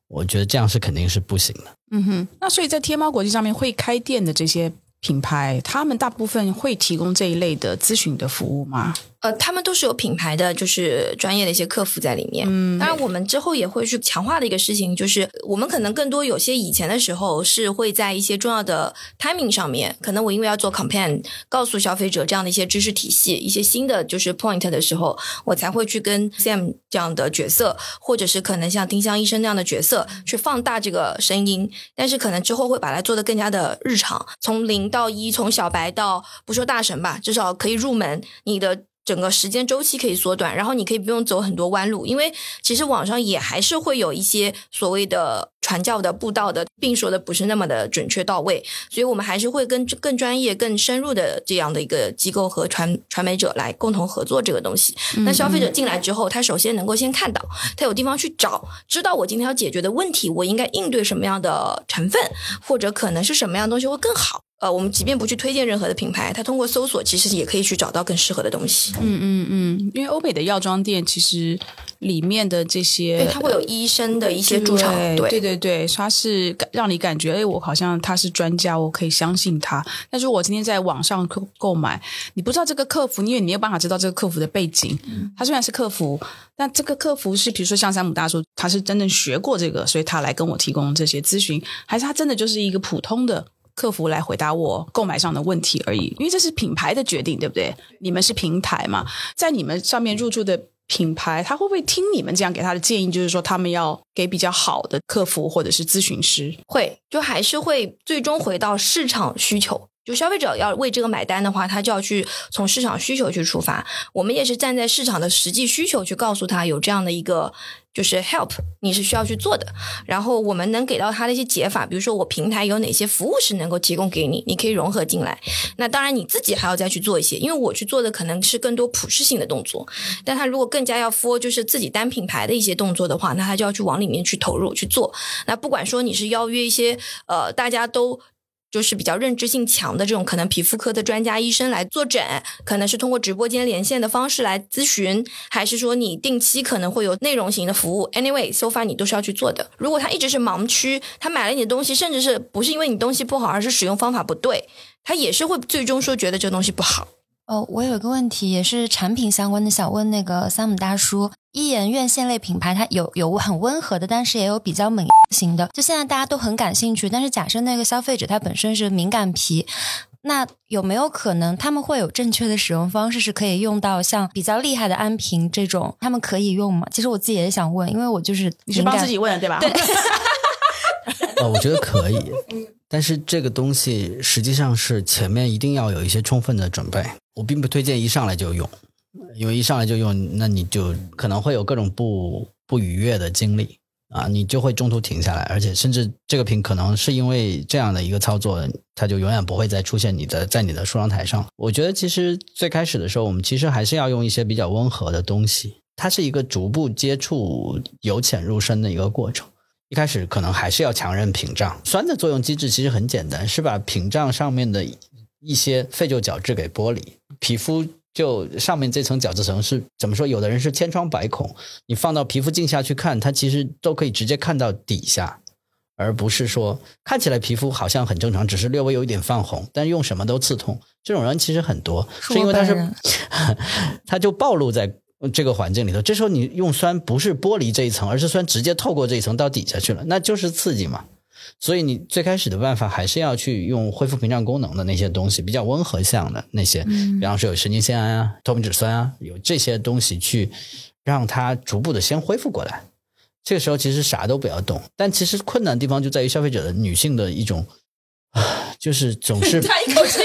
我觉得这样是肯定是不行的。 那所以在天猫国际上面会开店的这些品牌，他们大部分会提供这一类的咨询的服务吗？ 他们都是有品牌的，就是专业的一些客服在里面。当然我们之后也会去强化的一个事情，就是我们可能更多有些以前的时候是会在一些重要的 timing 上面，可能我因为要做 campaign 告诉消费者这样的一些知识体系，一些新的就是 point 的时候，我才会去跟 Sam 这样的角色，或者是可能像丁香医生那样的角色去放大这个声音，但是可能之后会把它做得更加的日常，从0到1，从小白到不说大神吧，至少可以入门，你的整个时间周期可以缩短，然后你可以不用走很多弯路，因为其实网上也还是会有一些所谓的传教的布道的，并说的不是那么的准确到位，所以我们还是会跟更专业更深入的这样的一个机构和传媒者来共同合作这个东西。那消费者进来之后，他首先能够先看到，他有地方去找，知道我今天要解决的问题，我应该应对什么样的成分，或者可能是什么样的东西会更好。我们即便不去推荐任何的品牌，它通过搜索其实也可以去找到更适合的东西。 因为欧美的药妆店其实里面的这些， 对，它会有医生的一些驻场， 对，它是让你感觉，我好像他是专家，我可以相信他。但是我今天在网上购买，你不知道这个客服，因为你没有办法知道这个客服的背景。他虽然是客服，但这个客服是比如说像山姆大叔，他是真正学过这个，所以他来跟我提供这些咨询，还是他真的就是一个普通的客服来回答我购买上的问题而已。因为这是品牌的决定，对不对？你们是平台嘛，在你们上面入驻的品牌，他会不会听你们这样给他的建议，就是说他们要给比较好的客服或者是咨询师？ 会，就还是会最终回到市场需求。就消费者要为这个买单的话，他就要去从市场需求去出发。我们也是站在市场的实际需求去告诉他有这样的一个就是 help 你是需要去做的，然后我们能给到他的一些解法，比如说我平台有哪些服务是能够提供给你，你可以融合进来。那当然你自己还要再去做一些，因为我去做的可能是更多普适性的动作，但他如果更加要 for 就是自己单品牌的一些动作的话，那他就要去往里面去投入去做。那不管说你是邀约一些大家都就是比较认知性强的这种可能皮肤科的专家医生来坐诊，可能是通过直播间连线的方式来咨询，还是说你定期可能会有内容型的服务， anyway so far 你都是要去做的。如果他一直是盲区，他买了你的东西，甚至是不是因为你东西不好，而是使用方法不对，他也是会最终说觉得这东西不好。 我有一个问题也是产品相关的，想问那个山姆大叔，伊研院线类品牌它有很温和的，但是也有比较猛型的，就现在大家都很感兴趣，但是假设那个消费者他本身是敏感皮，那有没有可能他们会有正确的使用方式，是可以用到像比较厉害的安瓶这种，他们可以用吗？其实我自己也想问，因为我就是你是帮自己问的对吧？ 对我觉得可以，但是这个东西实际上是前面一定要有一些充分的准备。我并不推荐一上来就用，因为一上来就用，那你就可能会有各种不愉悦的经历啊，你就会中途停下来，而且甚至这个品可能是因为这样的一个操作，它就永远不会再出现在你的梳妆台上。我觉得其实最开始的时候，我们其实还是要用一些比较温和的东西，它是一个逐步接触由浅入深的一个过程。一开始可能还是要强韧屏障，酸的作用机制其实很简单，是把屏障上面的一些废旧角质给剥离，皮肤就上面这层角质层是怎么说，有的人是千疮百孔，你放到皮肤镜下去看，它其实都可以直接看到底下，而不是说看起来皮肤好像很正常，只是略微有一点泛红，但是用什么都刺痛，这种人其实很多，是因为他就暴露在这个环境里头，这时候你用酸不是剥离这一层，而是酸直接透过这一层到底下去了，那就是刺激嘛。所以你最开始的办法还是要去用恢复屏障功能的那些东西，比较温和向的那些，比方说有神经酰胺啊、透明质酸啊，有这些东西去让它逐步的先恢复过来。这个时候其实啥都不要动，但其实困难的地方就在于消费者的女性的一种就是总是他一口气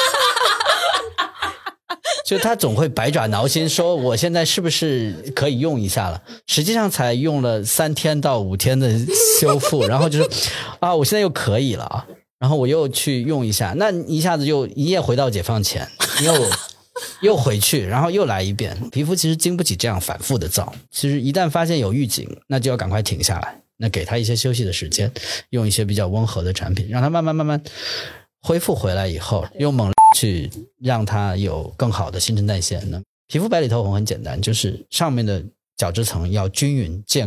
就他总会百爪挠心，说我现在是不是可以用一下了，实际上才用了3天到5天的修复，然后就是我现在又可以了啊，然后我又去用一下，那一下子又一夜回到解放前，又回去，然后又来一遍。皮肤其实经不起这样反复的造，其实一旦发现有预警，那就要赶快停下来，那给他一些休息的时间，用一些比较温和的产品，让他慢慢恢复回来以后，用猛去让它有更好的新陈代谢。皮肤白里透红很简单，就是上面的角质层要均匀健康，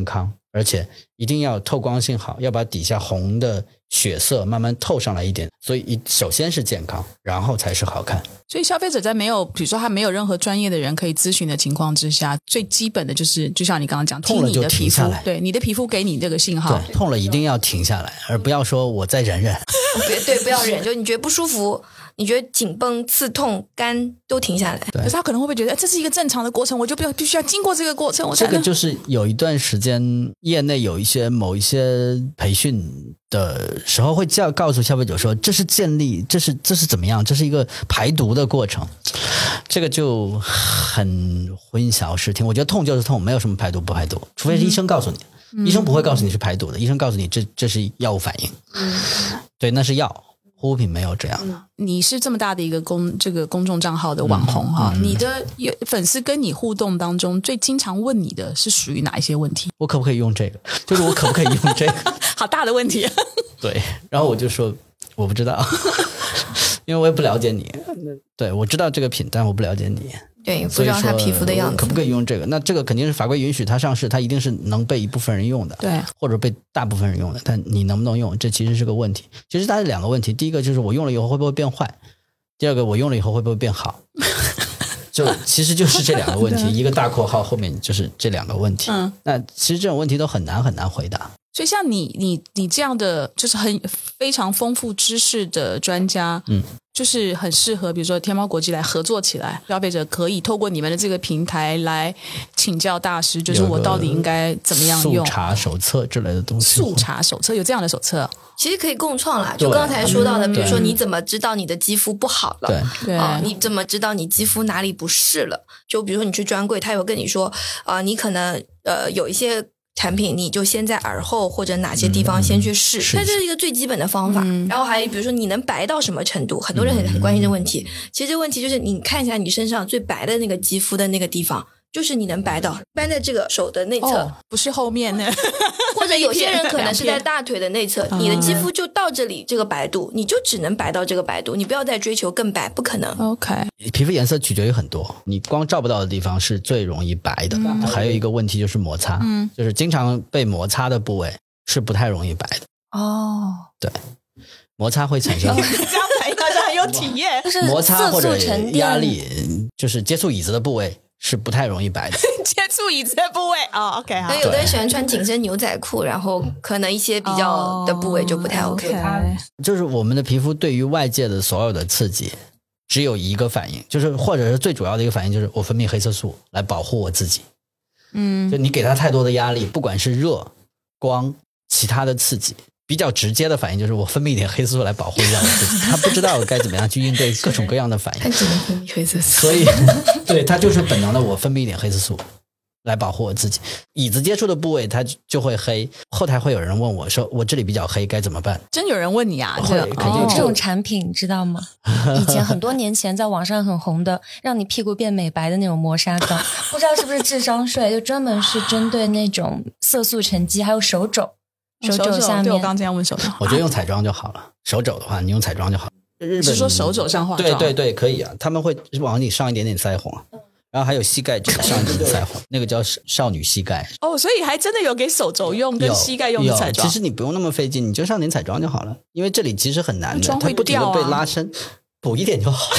而且一定要透光性好，要把底下红的血色慢慢透上来一点，所以首先是健康，然后才是好看。 所以消费者在没有比如说他没有任何专业的人可以咨询的情况之下，最基本的就是就像你刚刚讲， 痛了就停下来， 对，你的皮肤给你这个信号， 对，痛了一定要停下来，而不要说我再忍忍。 对，不要忍，就你觉得不舒服，你觉得紧绷、刺痛、干都停下来。 可是他可能会不会觉得这是一个正常的过程，我就必须要经过这个过程，我才能。 这个就是有一段时间业内有某一些培训的时候会告诉消费者说，这是建立，这是怎么样，这是一个排毒的过程，这个就很混淆视听。我觉得痛就是痛，没有什么排毒不排毒，除非是医生告诉你，医生不会告诉你是排毒的，医生告诉你这是药物反应，对，那是药。护肤品没有这样。 你是这么大的一个这个公众账号的网红哈，你的粉丝跟你互动当中最经常问你的是属于哪一些问题？ 我可不可以用这个？就是我可不可以用这个？ 好大的问题。 对，然后我就说我不知道，因为我也不了解你。对，我知道这个品，但我不了解你。 对，不知道他皮肤的样子， 可不可以用这个？那这个肯定是法规允许它上市，它一定是能被一部分人用的， 对， 或者被大部分人用的。但你能不能用，这其实是个问题。其实它是两个问题，第一个就是我用了以后会不会变坏，第二个我用了以后会不会变好。其实就是这两个问题，一个大括号后面就是这两个问题。那其实这种问题都很难回答。 所以像你这样的就是非常丰富知识的专家，就是很适合比如说天猫国际来合作起来，消费者可以透过你们的这个平台来请教大师，就是我到底应该怎么样用速查手册之类的东西。 速查手册有这样的手册？ 其实可以共创啦，就刚才说到的，比如说你怎么知道你的肌肤不好了， 对你怎么知道你肌肤哪里不适了？就比如说你去专柜，他有跟你说你可能有一些产品你就先在耳后或者哪些地方先去试，它这是一个最基本的方法。然后还比如说你能白到什么程度，很多人很关心这个问题。其实这个问题就是你看一下你身上最白的那个肌肤的那个地方，就是你能白到搬在这个手的内侧， 不是后面呢， 或者有些人可能是在大腿的内侧，你的肌肤就到这里这个白度，你就只能白到这个白度，你不要再追求更白，不可能。 OK， 皮肤颜色取决于很多，你光照不到的地方是最容易白的。还有一个问题就是摩擦，就是经常被摩擦的部位是不太容易白的。 哦， 对，摩擦会产生这样才大家很有体验， 就是摩擦或者压沉力，就是接触椅子的部位是不太容易白的。 接触椅子的部位OK 好。 但有的人喜欢穿紧身牛仔裤，然后可能一些比较的部位就不太 OK。 就是我们的皮肤对于外界的所有的刺激只有一个反应，就是或者是最主要的一个反应就是我分泌黑色素来保护我自己。就你给它太多的压力，不管是热、光、其他的刺激，比较直接的反应就是我分泌一点黑色素来保护一下我自己。他不知道该怎么样去应对各种各样的反应， 他只能分泌黑色素， 所以对他就是本能的我分泌一点黑色素来保护我自己。椅子接触的部位它就会黑，后台会有人问我说我这里比较黑该怎么办。 真有人问你啊？ 会肯定有这种产品你知道吗？以前很多年前在网上很红的让你屁股变美白的那种磨砂膏，不知道是不是智商税，就专门是针对那种色素沉积还有手肘下面。 对，我刚刚这样问手肘， 我觉得用彩妆就好了。手肘的话你用彩妆就好。日本是说手肘上化妆？ 对可以啊，他们会往里上一点点腮红，然后还有膝盖这里上一点点腮红，那个叫少女膝盖。 所以还真的有给手肘用跟膝盖用的彩妆。 其实你不用那么费劲，你就上点彩妆就好了，因为这里其实很难的，它不停的被拉伸，补一点就好。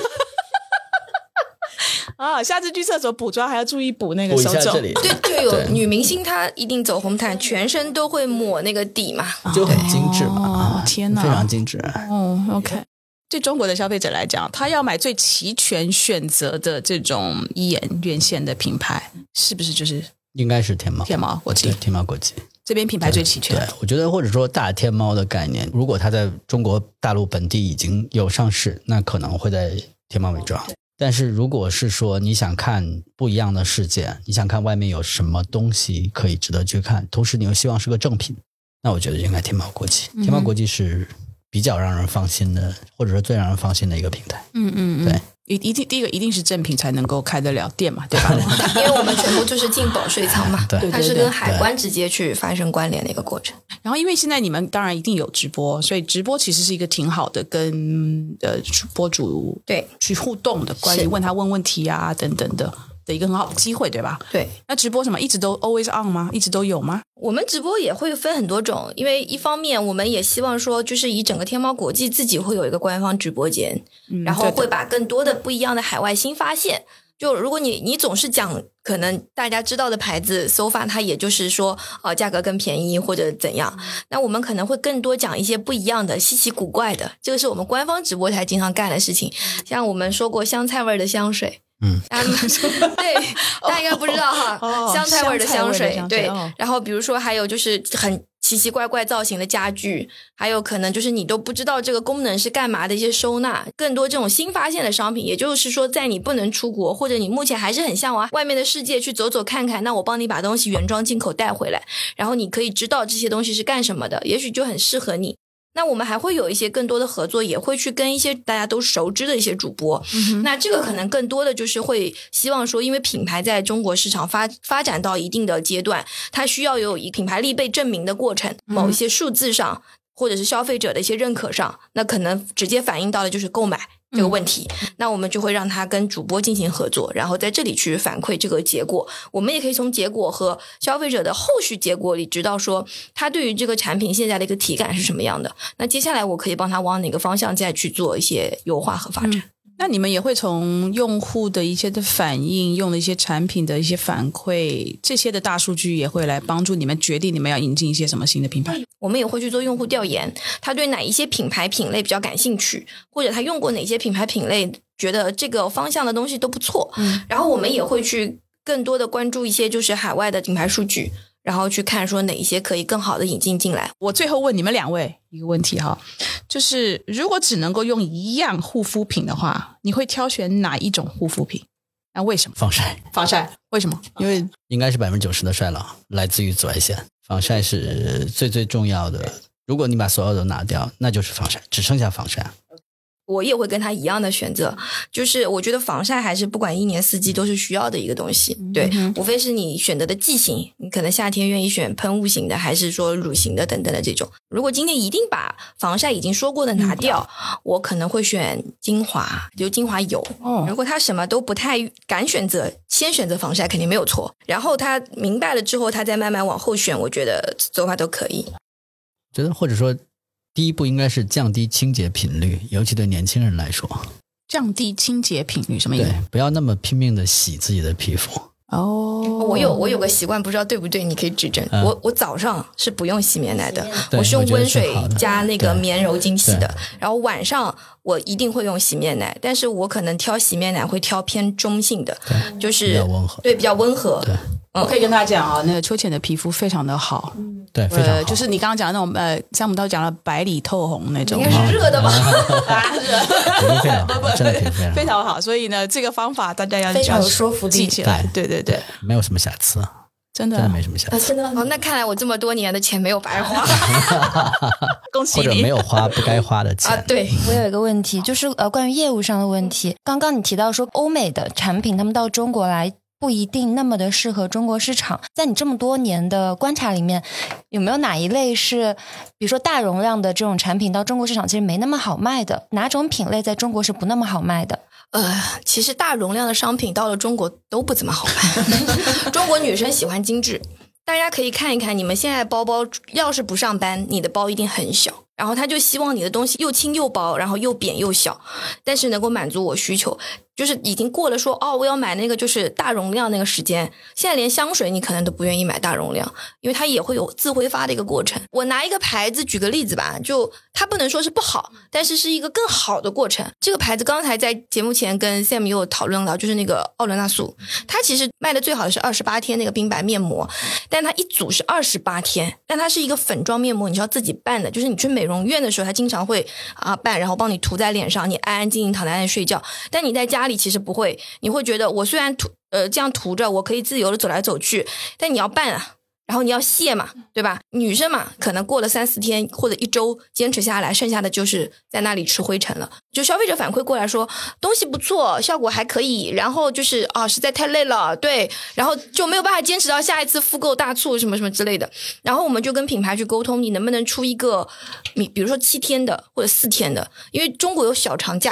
下次去厕所补妆还要注意补那个手肘。 对， 就有女明星她一定走红毯，全身都会抹那个底嘛， 就很精致嘛。 天哪， 非常精致。 OK。对中国的消费者来讲，他要买最齐全选择的这种医眼院线的品牌，是不是就是应该是天猫国际？ 对，天猫国际这边品牌最齐全。 对，我觉得或者说大天猫的概念，如果它在中国大陆本地已经有上市，那可能会在天猫为主。但是如果是说你想看不一样的世界，你想看外面有什么东西可以值得去看，同时你又希望是个正品，那我觉得应该天猫国际。天猫国际是比较让人放心的，或者说最让人放心的一个平台。对， 第一个一定是正品才能够开得了店嘛，对吧？ 因为我们全部就是进保税仓嘛， 对， 它是跟海关直接去发生关联的一个过程。 然后因为现在你们当然一定有直播，所以直播其实是一个挺好的跟博主对去互动的，关于问他问问题啊等等的。 的一个很好的机会，对吧？ 对。 那直播什么一直都 always on 吗？一直都有吗？ 我们直播也会分很多种，因为一方面我们也希望说，就是以整个天猫国际自己会有一个官方直播间，然后会把更多的不一样的海外新发现。就如果你总是讲可能大家知道的牌子 so far 它也就是说价格更便宜或者怎样，那我们可能会更多讲一些不一样的稀奇古怪的，这个是我们官方直播台经常干的事情。像我们说过香菜味的香水，对，大家应该不知道哈，香菜味的香水，对。然后比如说还有就是很奇奇怪怪造型的家具，还有可能就是你都不知道这个功能是干嘛的一些收纳，更多这种新发现的商品。也就是说在你不能出国，或者你目前还是很向往外面的世界去走走看看，那我帮你把东西原装进口带回来，然后你可以知道这些东西是干什么的，也许就很适合你。那我们还会有一些更多的合作，也会去跟一些大家都熟知的一些主播，那这个可能更多的就是会希望说，因为品牌在中国市场发展到一定的阶段，它需要有一品牌力被证明的过程，某一些数字上或者是消费者的一些认可上，那可能直接反映到的就是购买这个问题，那我们就会让他跟主播进行合作，然后在这里去反馈这个结果。我们也可以从结果和消费者的后续结果里知道说他对于这个产品现在的一个体感是什么样的，那接下来我可以帮他往哪个方向再去做一些优化和发展。 那你们也会从用户的一些的反应，用的一些产品的一些反馈，这些的大数据也会来帮助你们决定你们要引进一些什么新的品牌。 我们也会去做用户调研，他对哪一些品牌品类比较感兴趣，或者他用过哪些品牌品类觉得这个方向的东西都不错，然后我们也会去更多的关注一些就是海外的品牌数据，然后去看说哪一些可以更好的引进进来。 我最后问你们两位一个问题哈，就是如果只能够用一样护肤品的话，你会挑选哪一种护肤品？那为什么？ 防晒。 防晒为什么？因为应该是90%的衰老来自于紫外线，防晒是最重要的。如果你把所有都拿掉，那就是防晒，只剩下防晒。 我也会跟他一样的选择，就是我觉得防晒还是不管一年四季都是需要的一个东西，对，无非是你选择的剂型，你可能夏天愿意选喷雾型的还是说乳型的等等的这种。如果今天一定把防晒已经说过的拿掉，我可能会选精华，就精华油。如果他什么都不太敢选择，先选择防晒肯定没有错，然后他明白了之后他再慢慢往后选，我觉得做法都可以。 觉得或者说第一步应该是降低清洁频率，尤其对年轻人来说。 降低清洁频率什么意思？ 对，不要那么拼命的洗自己的皮肤。 我有个习惯，不知道对不对，你可以指正。我早上是不用洗面奶的，我是用温水加那个棉柔巾洗的。然后晚上我一定会用洗面奶，但是我可能挑洗面奶会挑偏中性的，就是比较温和。对，比较温和。对。 我可以跟大家讲啊，那个秋浅的皮肤非常的好， 对，非常好。 就是你刚刚讲的那种山姆都讲了白里透红那种， 应该是热的吧？ 非常好，真的非常好。所以呢，这个方法大家要非常有说服力， 记起来。对对对， 没有什么瑕疵，真的没什么瑕疵。 真的哦，那看来我这么多年的钱没有白花， 恭喜你。 或者没有花不该花的钱啊。对， 我有一个问题，就是关于业务上的问题。刚刚你提到说欧美的产品他们到中国来不一定那么的适合中国市场，在你这么多年的观察里面，有没有哪一类是比如说大容量的这种产品到中国市场其实没那么好卖的？哪种品类在中国是不那么好卖的？ 其实大容量的商品到了中国都不怎么好卖。中国女生喜欢精致，大家可以看一看，你们现在包包要是不上班，你的包一定很小，然后他就希望你的东西又轻又薄，然后又扁又小，但是能够满足我需求。就是已经过了说我要买那个就是大容量那个时间，现在连香水你可能都不愿意买大容量，因为它也会有自挥发的一个过程。我拿一个牌子举个例子吧，就它不能说是不好，但是是一个更好的过程。这个牌子刚才在节目前跟 Sam 有讨论到，就是那个奥伦纳素，它其实卖的最好的是28天那个冰白面膜，但它一组是28天，但它是一个粉状面膜，你是要自己拌的，就是你去美容院的时候它经常会拌，然后帮你涂在脸上，你安安静静躺在那里睡觉。但你在家里其实不会，你会觉得我虽然这样涂着我可以自由的走来走去，但你要拌啊，然后你要卸嘛，对吧？女生嘛，可能过了3-4天或者1周坚持下来，剩下的就是在那里吃灰尘了。就消费者反馈过来说东西不错，效果还可以，然后就是实在太累了，对，然后就没有办法坚持到下一次复购大促什么什么之类的。然后我们就跟品牌去沟通，你能不能出一个比如说7天的或者4天的，因为中国有小长假，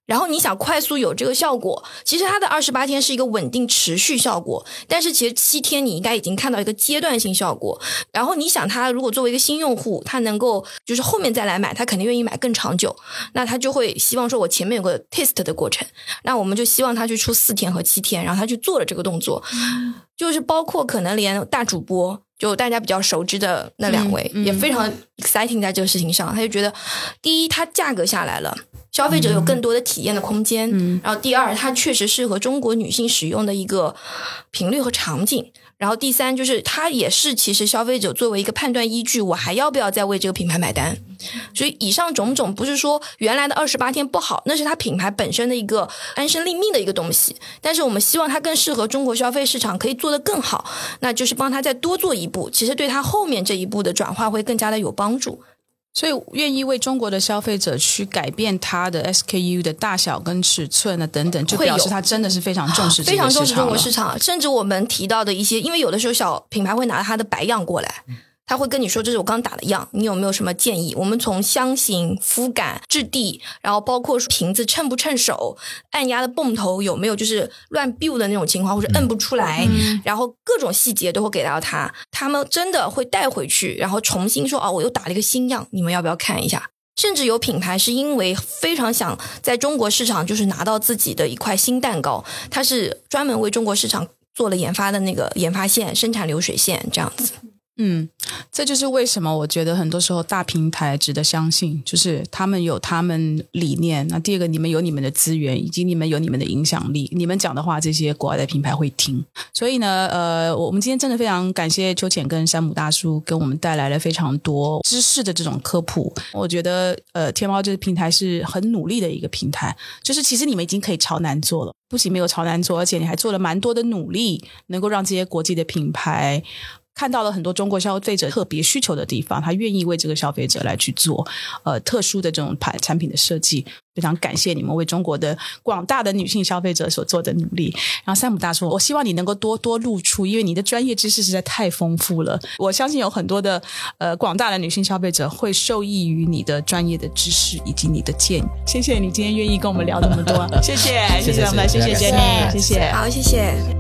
然后你想快速有这个效果，其实它的28天是一个稳定持续效果，但是其实7天你应该已经看到一个阶段性效果。然后你想他如果作为一个新用户，他能够就是后面再来买，他肯定愿意买更长久，那他就会希望说我前面有个 test 的过程，那我们就希望他去出4天和7天，然后他去做了这个动作，就是包括可能连大主播就大家比较熟知的那2位也非常 exciting 在这个事情上，他就觉得第一它价格下来了，消费者有更多的体验的空间，然后第二它确实适合中国女性使用的一个频率和场景，然后第三就是它也是其实消费者作为一个判断依据，我还要不要再为这个品牌买单。所以以上种种不是说原来的28天不好，那是它品牌本身的一个安身立命的一个东西，但是我们希望它更适合中国消费市场，可以做得更好，那就是帮它再多做一步，其实对它后面这一步的转化会更加的有帮助。 所以愿意为中国的消费者去改变它的 SKU 的大小跟尺寸啊等等，就表示它真的是非常重视这个市场了，非常重视中国市场。甚至我们提到的一些，因为有的时候小品牌会拿它的白样过来，他会跟你说这是我刚打的样，你有没有什么建议？我们从香型、肤感、质地，然后包括瓶子称不称手，按压的泵头有没有就是乱 biu 的那种情况，或者摁不出来，然后各种细节都会给到他，他们真的会带回去，然后重新说我又打了一个新样，你们要不要看一下？甚至有品牌是因为非常想在中国市场就是拿到自己的一块新蛋糕，它是专门为中国市场做了研发的那个研发线、生产流水线这样子。 这就是为什么我觉得很多时候大平台值得相信，就是他们有他们理念，那第二个你们有你们的资源，以及你们有你们的影响力，你们讲的话这些国外的品牌会听。所以呢我们今天真的非常感谢秋浅跟山姆大叔跟我们带来了非常多知识的这种科普。我觉得天猫这个平台是很努力的一个平台，就是其实你们已经可以朝南做了，不仅没有朝南做，而且你还做了蛮多的努力，能够让这些国际的品牌看到了很多中国消费者特别需求的地方，他愿意为这个消费者来去做特殊的这种产品的设计。非常感谢你们为中国的广大的女性消费者所做的努力。然后山姆大叔，我希望你能够多多露出，因为你的专业知识实在太丰富了，我相信有很多的广大的女性消费者会受益于你的专业的知识以及你的建议。谢谢你今天愿意跟我们聊这么多谢谢我们，谢谢 Jenny， 谢谢， 好，谢谢。